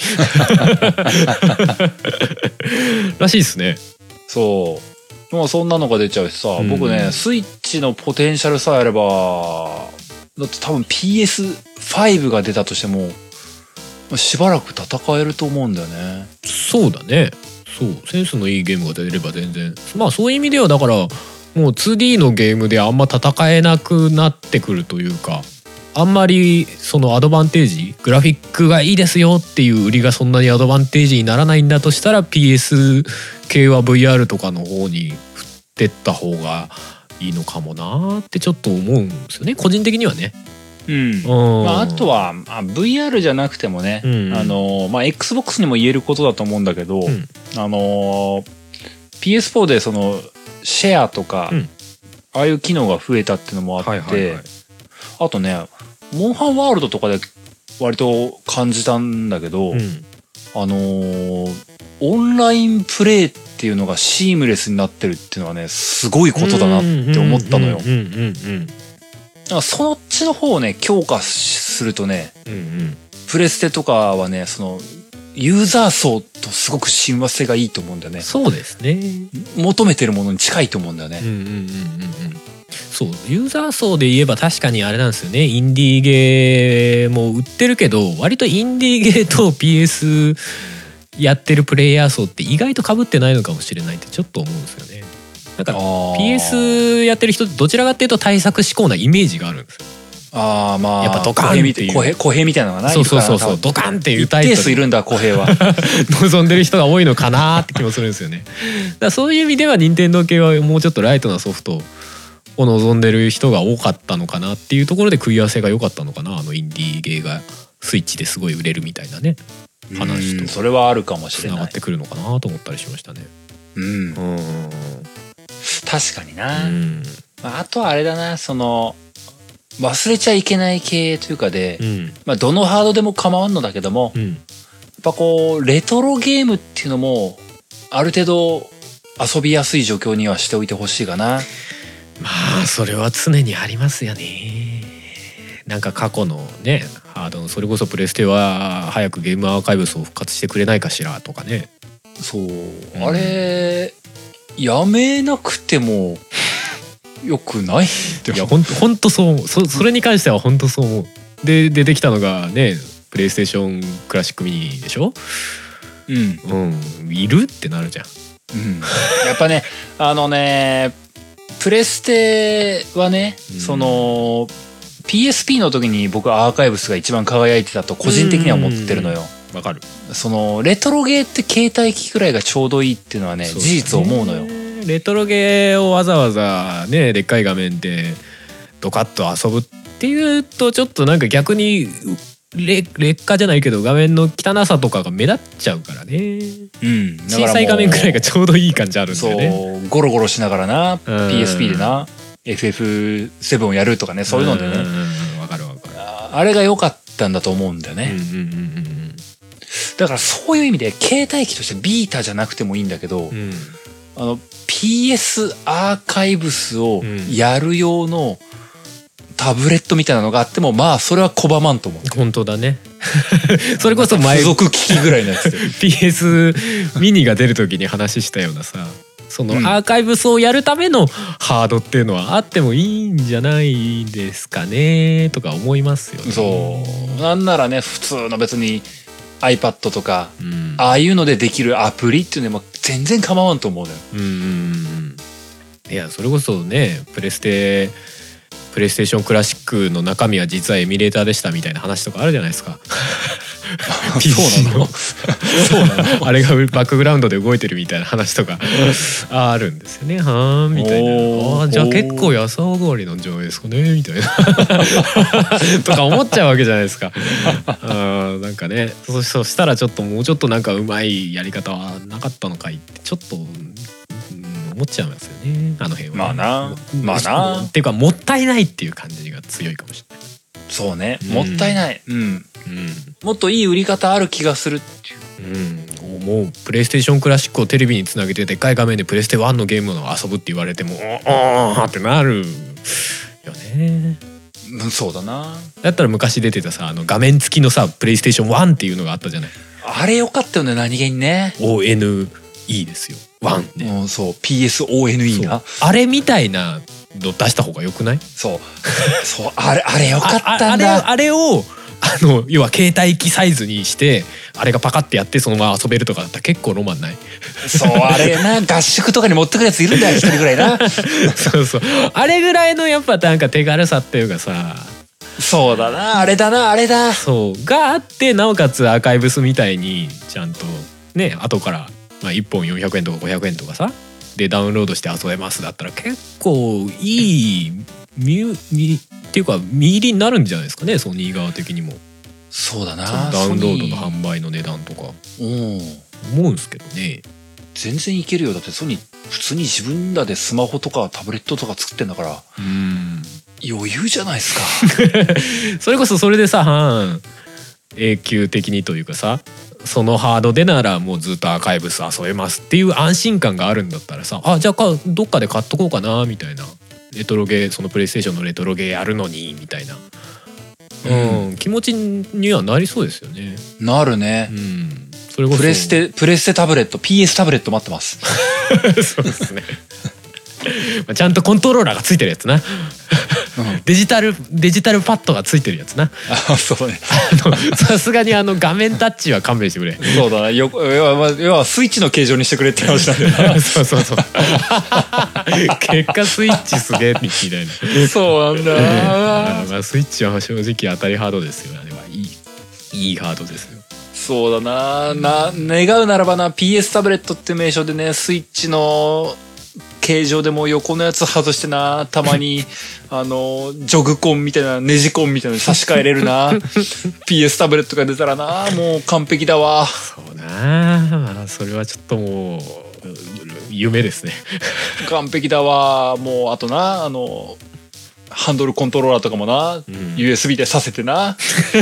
らしいですね。 そうまあそんなのが出ちゃうしさ、うん、僕ねスイッチのポテンシャルさえあればだって多分 ピーエスファイブ が出たとしてもしばらく戦えると思うんだよね。 そうだね。そうセンスのいいゲームが出れば全然まあそういう意味ではだからもう ツーディー のゲームであんま戦えなくなってくるというか、あんまりそのアドバンテージ、グラフィックがいいですよっていう売りがそんなにアドバンテージにならないんだとしたら ピーエス 系は ブイアール とかの方に振ってった方がいいのかもなってちょっと思うんですよね、個人的にはね。 うん、まあ、あとはあ ブイアール じゃなくてもね、うんうん、あのまあ、Xbox にも言えることだと思うんだけど、うん、あの ピーエスフォー でそのシェアとか、うん、ああいう機能が増えたっていうのもあって、はいはいはい、あとねモンハンワールドとかで割と感じたんだけど、うん、あのー、オンラインプレイっていうのがシームレスになってるっていうのはねすごいことだなって思ったのよ。そっちの方をね強化するとね、うんうん、プレステとかはねそのユーザー層とすごく親和性がいいと思うんだよね。 そうですね。 求めてるものに近いと思うんだよね。 うんうんうんうんうん。そうユーザー層で言えば確かにあれなんですよね。インディーゲーも売ってるけど割とインディーゲーと ピーエス やってるプレイヤー層って意外と被ってないのかもしれないってちょっと思うんですよね。だから ピーエス やってる人どちらかっていうと対策志向なイメージがあるんですよ。 ああまあやっぱドカンっていう小兵みたいなのがないそうそうそうそうドカンっていうタイプ一定数いるんだ小兵は望んでる人が多いのかなって気もするんですよね。だからそういう意味では任天堂系はもうちょっとライトなソフトを望んでる人が多かったのかなっていうところで食い合わせが良かったのかな。あのインディーゲーがスイッチですごい売れるみたいなね話とそれはあるかもしれない。 繋がってくるのかなと思ったりしましたね。 うん、うん確かにな、うんまあ、あとはあれだなその忘れちゃいけない系というかで、うんまあ、どのハードでも構わんのだけども、うん、やっぱこうレトロゲームっていうのもある程度遊びやすい状況にはしておいてほしいかな。 まあそれは常にありますよね。なんか過去のねハードのそれこそプレステは早くゲームアーカイブスを復活してくれないかしらとかね。 そう、うん、あれやめなくてもよくない？ いやほんとほんとそう思う。 そ, それに関してはほんとそう思う。で出てきたのがねプレイステーションクラシックミニでしょ。うん、うん、いるってなるじゃん、 うん、やっぱねあのねプレステはね、うん、その ピーエスピー の時に僕はアーカイブスが一番輝いてたと個人的には思ってるのよ。 わかる。 そのレトロゲーって携帯機くらいがちょうどいいっていうのはね事実思うのよ。 レトロゲーをわざわざねでっかい画面でドカッと遊ぶっていうとちょっとなんか逆に劣化じゃないけど画面の汚さとかが目立っちゃうからね、うん、だから小さい画面くらいがちょうどいい感じあるんだよね。 そうゴロゴロしながらな ピーエスピー でな エフエフセブン をやるとかねそういうのでねわかるわかる。 あれが良かったんだと思うんだよね、うんうんうんうん、だからそういう意味で携帯機としてビータじゃなくてもいいんだけど、うん、あの ピーエス アーカイブスをやる用のタブレットみたいなのがあってもまあそれは拒まんと思う。 本当だねそれこそ前付属機器ぐらいのやつでピーエス ミニが出る時に話したようなさそのアーカイブスをやるためのハードっていうのはあってもいいんじゃないですかねとか思いますよね。 そうなんならね普通の別に iPad とか、うん、ああいうのでできるアプリっていうのも全然構わんと思うのよ。うんうんうん。 いやそれこそねプレステプレイステーションクラシックの中身は実はエミュレーターでしたみたいな話とかあるじゃないですかそうなのそうなのあれがバックグラウンドで動いてるみたいな話とかあるんですよね。はーんみたいな。あじゃあ結構安上がりなんじゃないですかねみたいなとか思っちゃうわけじゃないですかあなんかね そ, そしたらちょっともうちょっとなんかうまいやり方はなかったのかいってちょっと思っちゃいますよねあの辺は、ね、 まあなまあなっていうかもったいないっていう感じが強いかもしれない。 そうねもったいない、うんうん、もっといい売り方ある気がするっていう、 うん、もうプレイステーションクラシックをテレビにつなげてでっかい画面でプレステワンのゲームを遊ぶって言われてもおーってなるよね。 そうだな。 だったら昔出てたさあの画面付きのさプレイステーションワンっていうのがあったじゃない。 あれよかったよね何気にね。 オーエヌイー ですよワンね、 うん、そう ピーエスオーエヌイー なあれみたいなの出した方がよくない？ そうそうあれあれよかったんだ。 あ, あ, れあれをあの要は携帯機サイズにしてあれがパカってやってそのまま遊べるとかだったら結構ロマンない？ そうあれな合宿とかに持ってくるやついるんだよ一人ぐらいな。 そうそうあれぐらいのやっぱなんか手軽さっていうかさ。 そうだなあれだなあれだそうがあってなおかつアーカイブスみたいにちゃんとね後から、まあ、いっぽんよんひゃくえんとかごひゃくえんとかさでダウンロードして遊べますだったら結構いいミュミっていうか見入りになるんじゃないですかねソニー側的にも。 そうだなダウンロードの販売の値段とかうん思うんですけどね。 全然いけるよ。だってソニー普通に自分らでスマホとかタブレットとか作ってんだからうん余裕じゃないですか。 それこそそれでさ半永久的にというかさそのハードでならもうずっとアーカイブス遊べますっていう安心感があるんだったらさあじゃあどっかで買っとこうかなみたいなレトロゲーそのプレイステーションのレトロゲーやるのにみたいな、うんうん、気持ちにはなりそうですよね。 なるね、 うん、それこそプレステプレステタブレット ピーエス タブレット待ってます。 そうですね。ちゃんとコントローラーがついてるやつな、うん、デジタルデジタルパッドがついてるやつな。 あそうね。 さすがにあの画面タッチは勘弁してくれ。 そうだなよ要は、要はスイッチの形状にしてくれって話なんだよな。 そうそうそう。結果スイッチすげえみたいな。 そうなんだな。 まあスイッチは正直当たりハードですよ。あれはいいいいハードですよ。 そうだなな願うならばな ピーエス タブレットって名称でねスイッチの形状でも横のやつ外してなたまにあのジョグコンみたいなネジコンみたいなの差し替えれるな。ピーエス タブレットが出たらなもう完璧だわ。 そうなそれはちょっともう夢ですね。 完璧だわ。もうあとなあのハンドルコントローラーとかもな、うん、ユーエスビー でさせてな。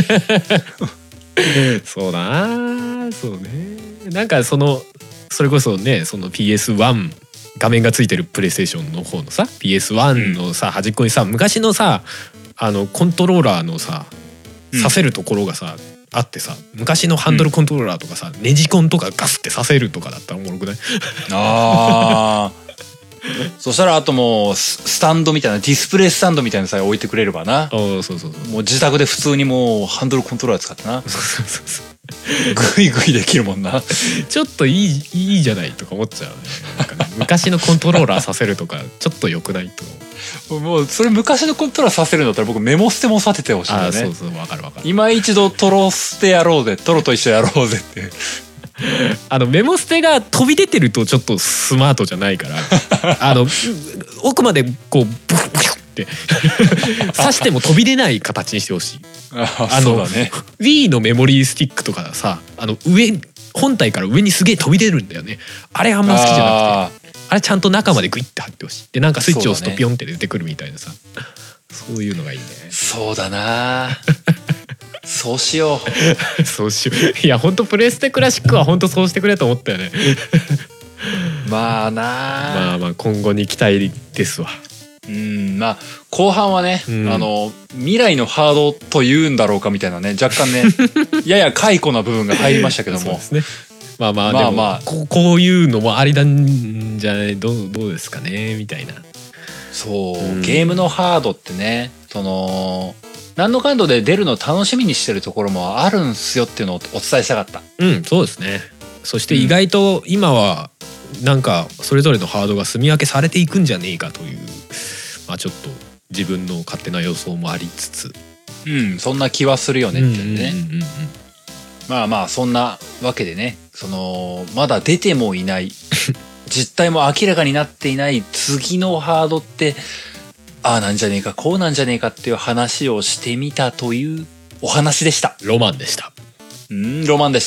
そうだそうね。なんかそのそれこそねその ピーエスワン画面がついてるプレイステーションの方のさ ピーエスワン のさ、うん、端っこにさ昔のさあのコントローラーのささせるところがさ、うん、あってさ昔のハンドルコントローラーとかさ、うん、ネジコンとかガスってさせるとかだったらおもろくない？あーそしたらあともうスタンドみたいなディスプレイスタンドみたいなさえ置いてくれればな。あそうそうそうもう自宅で普通にもうハンドルコントローラー使ってな。そうそうそうそうグイグイできるもんな。 ちょっといいいいじゃないとか思っちゃうね。なんかね昔のコントローラーさせるとかちょっと良くないと。 もうそれ昔のコントローラーさせるんだったら僕メモステもさせてほしいんだよね。あそうそう分かる分かる。 今一度トロステやろうぜトロと一緒やろうぜって。 あのメモステが飛び出てるとちょっとスマートじゃないからあの奥までこうブフブフって刺しても飛び出ない形にしてほしい。 ああのそうだね。 Wii のメモリースティックとかさあの上本体から上にすげえ飛び出るんだよね。あれあんま好きじゃなくて あ, あれちゃんと中までグイッて貼ってほしい。でなんかスイッチ押すとピョンって出てくるみたいなさ そう,、ね、そういうのがいいね。 そうだなそうしようそうしよう。いやほんとプレステクラシックはほんとそうしてくれと思ったよね。 まあなまあまあ今後に期待ですわ。 うんまあ後半はね、うん、あの未来のハードというんだろうかみたいなね若干ねやや解雇な部分が入りましたけどもそうですね。 まあまあでも、まあまあ、こ, こういうのもありなんじゃないどうどうですかねみたいな。 そう、うん、ゲームのハードってねその何のかんどで出るの楽しみにしてるところもあるんすよっていうのをお伝えしたかった。 うんそうですね。そして意外と今はなんかそれぞれのハードが住み分けされていくんじゃねえかという、まあ、ちょっと自分の勝手な予想もありつつうんそんな気はするよねってね。まあまあそんなわけでねそのまだ出てもいない実態も明らかになっていない次のハードってああなんじゃねえかこうなんじゃねえかっていう話をしてみたというお話でした。 ロマンでした。 うんロマンでした。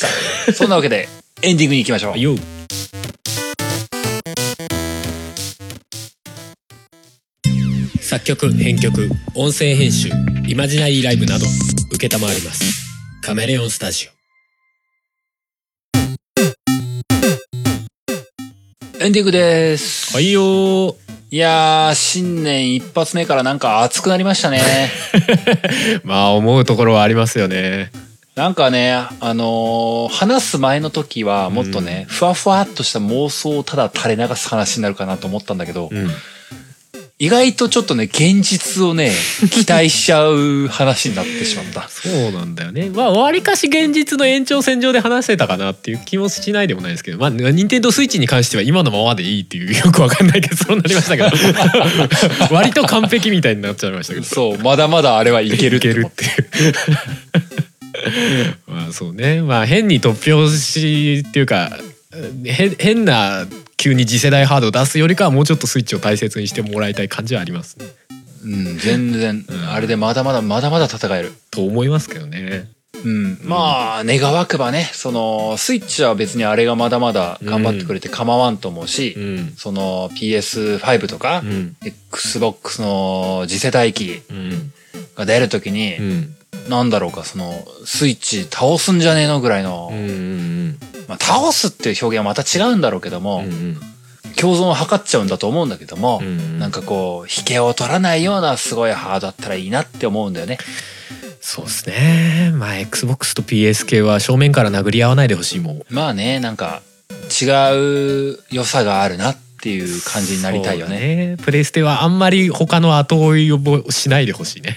そんなわけでエンディングに行きましょう。よ作曲編曲音声編集イマジナリーライブなど承りますカメレオンスタジオ。エンディングです。 はいよー。 いやー新年一発目からなんか熱くなりましたね。 まあ思うところはありますよね。 なんかねあのー、話す前の時はもっとね、うん、ふわふわっとした妄想をただ垂れ流す話になるかなと思ったんだけど、うん、 意外とちょっとね現実をね期待しちゃう話になってしまった。 そうなんだよね。まあわりかし現実の延長線上で話せたかなっていう気もしないでもないですけど、まあ任天堂スイッチに関しては今のままでいいっていうよくわかんないけどそうなりましたけど割と完璧みたいになっちゃいましたけど、 そうまだまだあれはいけるっていけるっていうまあそうね、まあ変に突拍子っていうかへ変な急に次世代ハードを出すよりかはもうちょっとスイッチを大切にしてもらいたい感じはありますね。 うん、全然、うん、あれでまだまだまだまだ戦えると思いますけどね。 うん、まあ願わくばね、そのスイッチは別にあれがまだまだ頑張ってくれて構わんと思うし、うん、その ピーエスファイブ とか、うん、Xbox の次世代機が出るときに、うん、なんだろうかそのスイッチ倒すんじゃねえのぐらいの、うんうんうん、まあ、倒すっていう表現はまた違うんだろうけども、うんうん、共存を図っちゃうんだと思うんだけども、うんうん、なんかこう引けを取らないようなすごいハードだったらいいなって思うんだよね。 そうですね。まあ Xbox と ピーエス 系は正面から殴り合わないでほしいもん。 まあね、なんか違う良さがあるなっていう感じになりたいよね。 ね、プレイステはあんまり他の後追いをしないでほしいね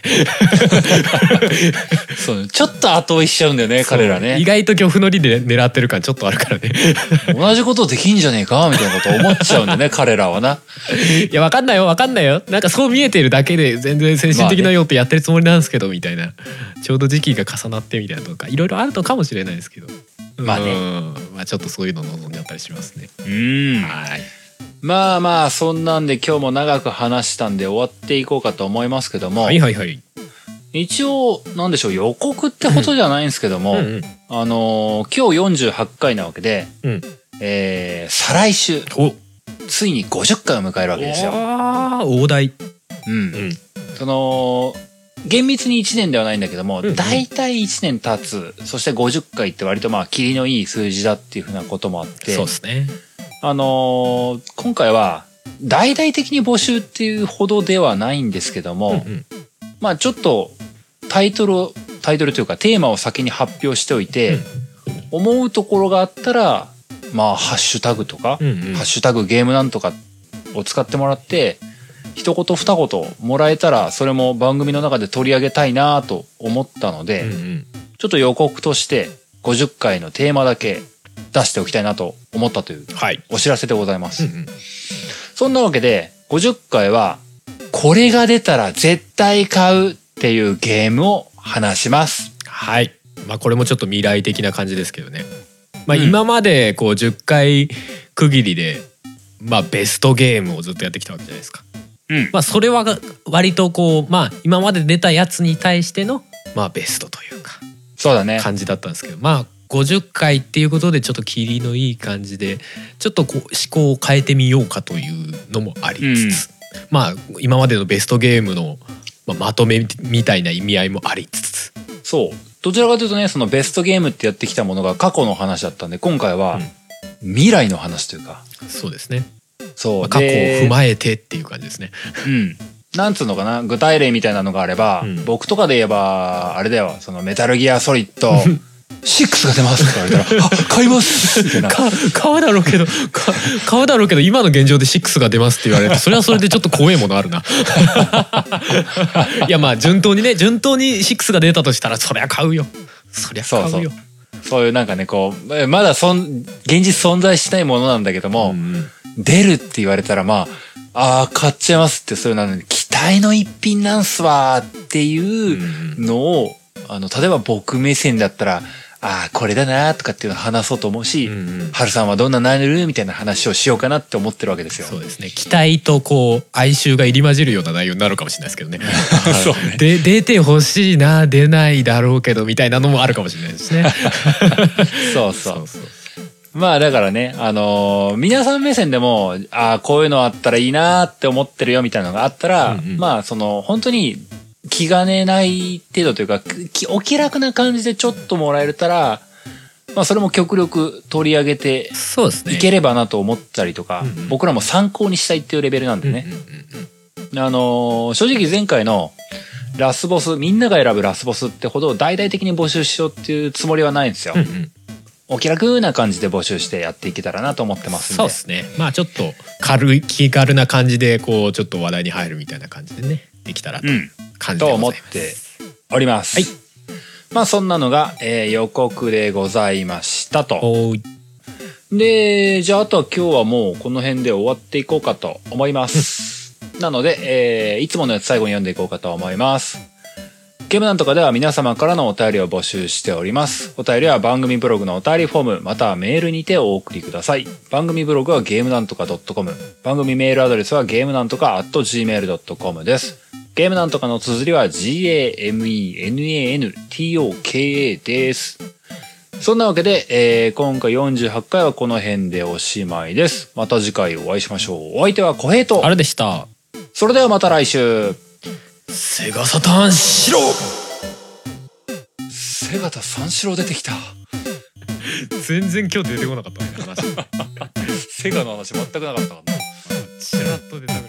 そうちょっと後追いしちゃうんだよね彼らね。 意外と漁夫の利で狙ってる感ちょっとあるからね同じことできんじゃねえかみたいなこと思っちゃうんだよね彼らはな。 いやわかんないよわかんないよ、なんかそう見えてるだけで全然精神的な用途やってるつもりなんですけどみたいな、ちょうど時期が重なってみたいなとかいろいろあるのかもしれないですけど、 まあね、 まあちょっとそういうの望んじゃったりしますね。 うん、はい。まあまあそんなんで今日も長く話したんで終わっていこうかと思いますけども、 はいはいはい、 一応なんでしょう予告ってことじゃないんですけども、うんうんうん、あのー、今日よんじゅうはちかいなわけで、うん、えー、再来週ついにごじゅっかいを迎えるわけですよ。 あー大台、 うん、うん、その厳密にいちねんではないんだけども、うんうん、だいたいいちねん経つ、そしてごじゅっかいって割とまあ切りのいい数字だっていうふうなこともあって、 そうですね。 あのー、今回は大々的に募集っていうほどではないんですけども、うんうん、まあちょっとタイトルをタイトルというかテーマを先に発表しておいて、うん、思うところがあったらまあハッシュタグとか、うんうん、ハッシュタグゲームなんとかを使ってもらって一言二言もらえたらそれも番組の中で取り上げたいなと思ったので、うんうん、ちょっと予告としてごじゅっかいのテーマだけ出しておきたいなと思ったというお知らせでございます、はい、うんうん、そんなわけでごじゅっかいはこれが出たら絶対買うっていうゲームを話します。 はい、まあこれもちょっと未来的な感じですけどね、まあ、今までこうじゅっかい区切りでまあベストゲームをずっとやってきたわけじゃないですか、うん、まあそれは割とこうまあ今まで出たやつに対してのまあベストというかそうだね感じだったんですけど、まあごじゅっかいっていうことでちょっと切りのいい感じでちょっとこう思考を変えてみようかというのもありつつ、うん、まあ今までのベストゲームのまあまとめみたいな意味合いもありつつ、 そうどちらかというとねそのベストゲームってやってきたものが過去の話だったんで今回は未来の話というか、 うん、そうですね、 そう、 まあ、過去を踏まえてっていう感じですね。 うん、なんつうのかな具体例みたいなのがあれば、うん、僕とかで言えばあれだよ、そのメタルギアソリッドシックスが出ますって言われたらあ買いますみたいな買うだろうけど買うだろうけど今の現状でシックスが出ますって言われるとそれはそれでちょっと怖いものあるないやまあ順当にね順当にシックスが出たとしたらそりゃ買うよそりゃ買うよ。 そうそうそういうなんかねこうまだそん現実存在しないものなんだけども、うんうん、出るって言われたらまああ買っちゃいますってそういうの期待の一品なんすわっていうのを、うん、あの例えば僕目線だったらああこれだなとかっていうのを話そうと思うし、うんうん、春さんはどんななるみたいな話をしようかなって思ってるわけですよ。 そうですね、期待とこう哀愁が入り混じるような内容になるかもしれないですけどねそうねで出てほしいな出ないだろうけどみたいなのもあるかもしれないですねそうそう、そうそうまあだからね、あのー、皆さん目線でもああこういうのあったらいいなって思ってるよみたいなのがあったら、うんうん、まあその本当に気兼ねない程度というかお気楽な感じでちょっともらえたら、まあ、それも極力取り上げていければなと思ったりとか、ね、僕らも参考にしたいっていうレベルなんでね、あのー、正直前回のラスボスみんなが選ぶラスボスってほど大々的に募集しようっていうつもりはないんですよ、うんうん、 お気楽な感じで募集してやっていけたらなと思ってますんで。 そうですね。まあちょっと軽い気軽な感じでこうちょっと話題に入るみたいな感じでねできたらと感じでございます、うん、と思っております。はい。まあそんなのが、えー、予告でございましたと。でじゃああとは今日はもうこの辺で終わっていこうかと思います。なので、えー、いつものやつ最後に読んでいこうかと思います。ゲームなんとかでは皆様からのお便りを募集しております。お便りは番組ブログのお便りフォームまたはメールにてお送りください。番組ブログはゲームなんとか .com、 番組メールアドレスはゲームなんとか アットジーメールドットコム です。ゲームなんとかの綴りは ジーエーエムイーエヌエーエヌティーオーケーエー です。そんなわけで、えー、今回よんじゅうはちかいはこの辺でおしまいです。また次回お会いしましょう。お相手は小平とあれでした。 それではまた来週。 セガサターンシロセガタ三四郎出てきた。 全然今日出てこなかったね話。 セガの話全くなかったかな。 チラッと出た。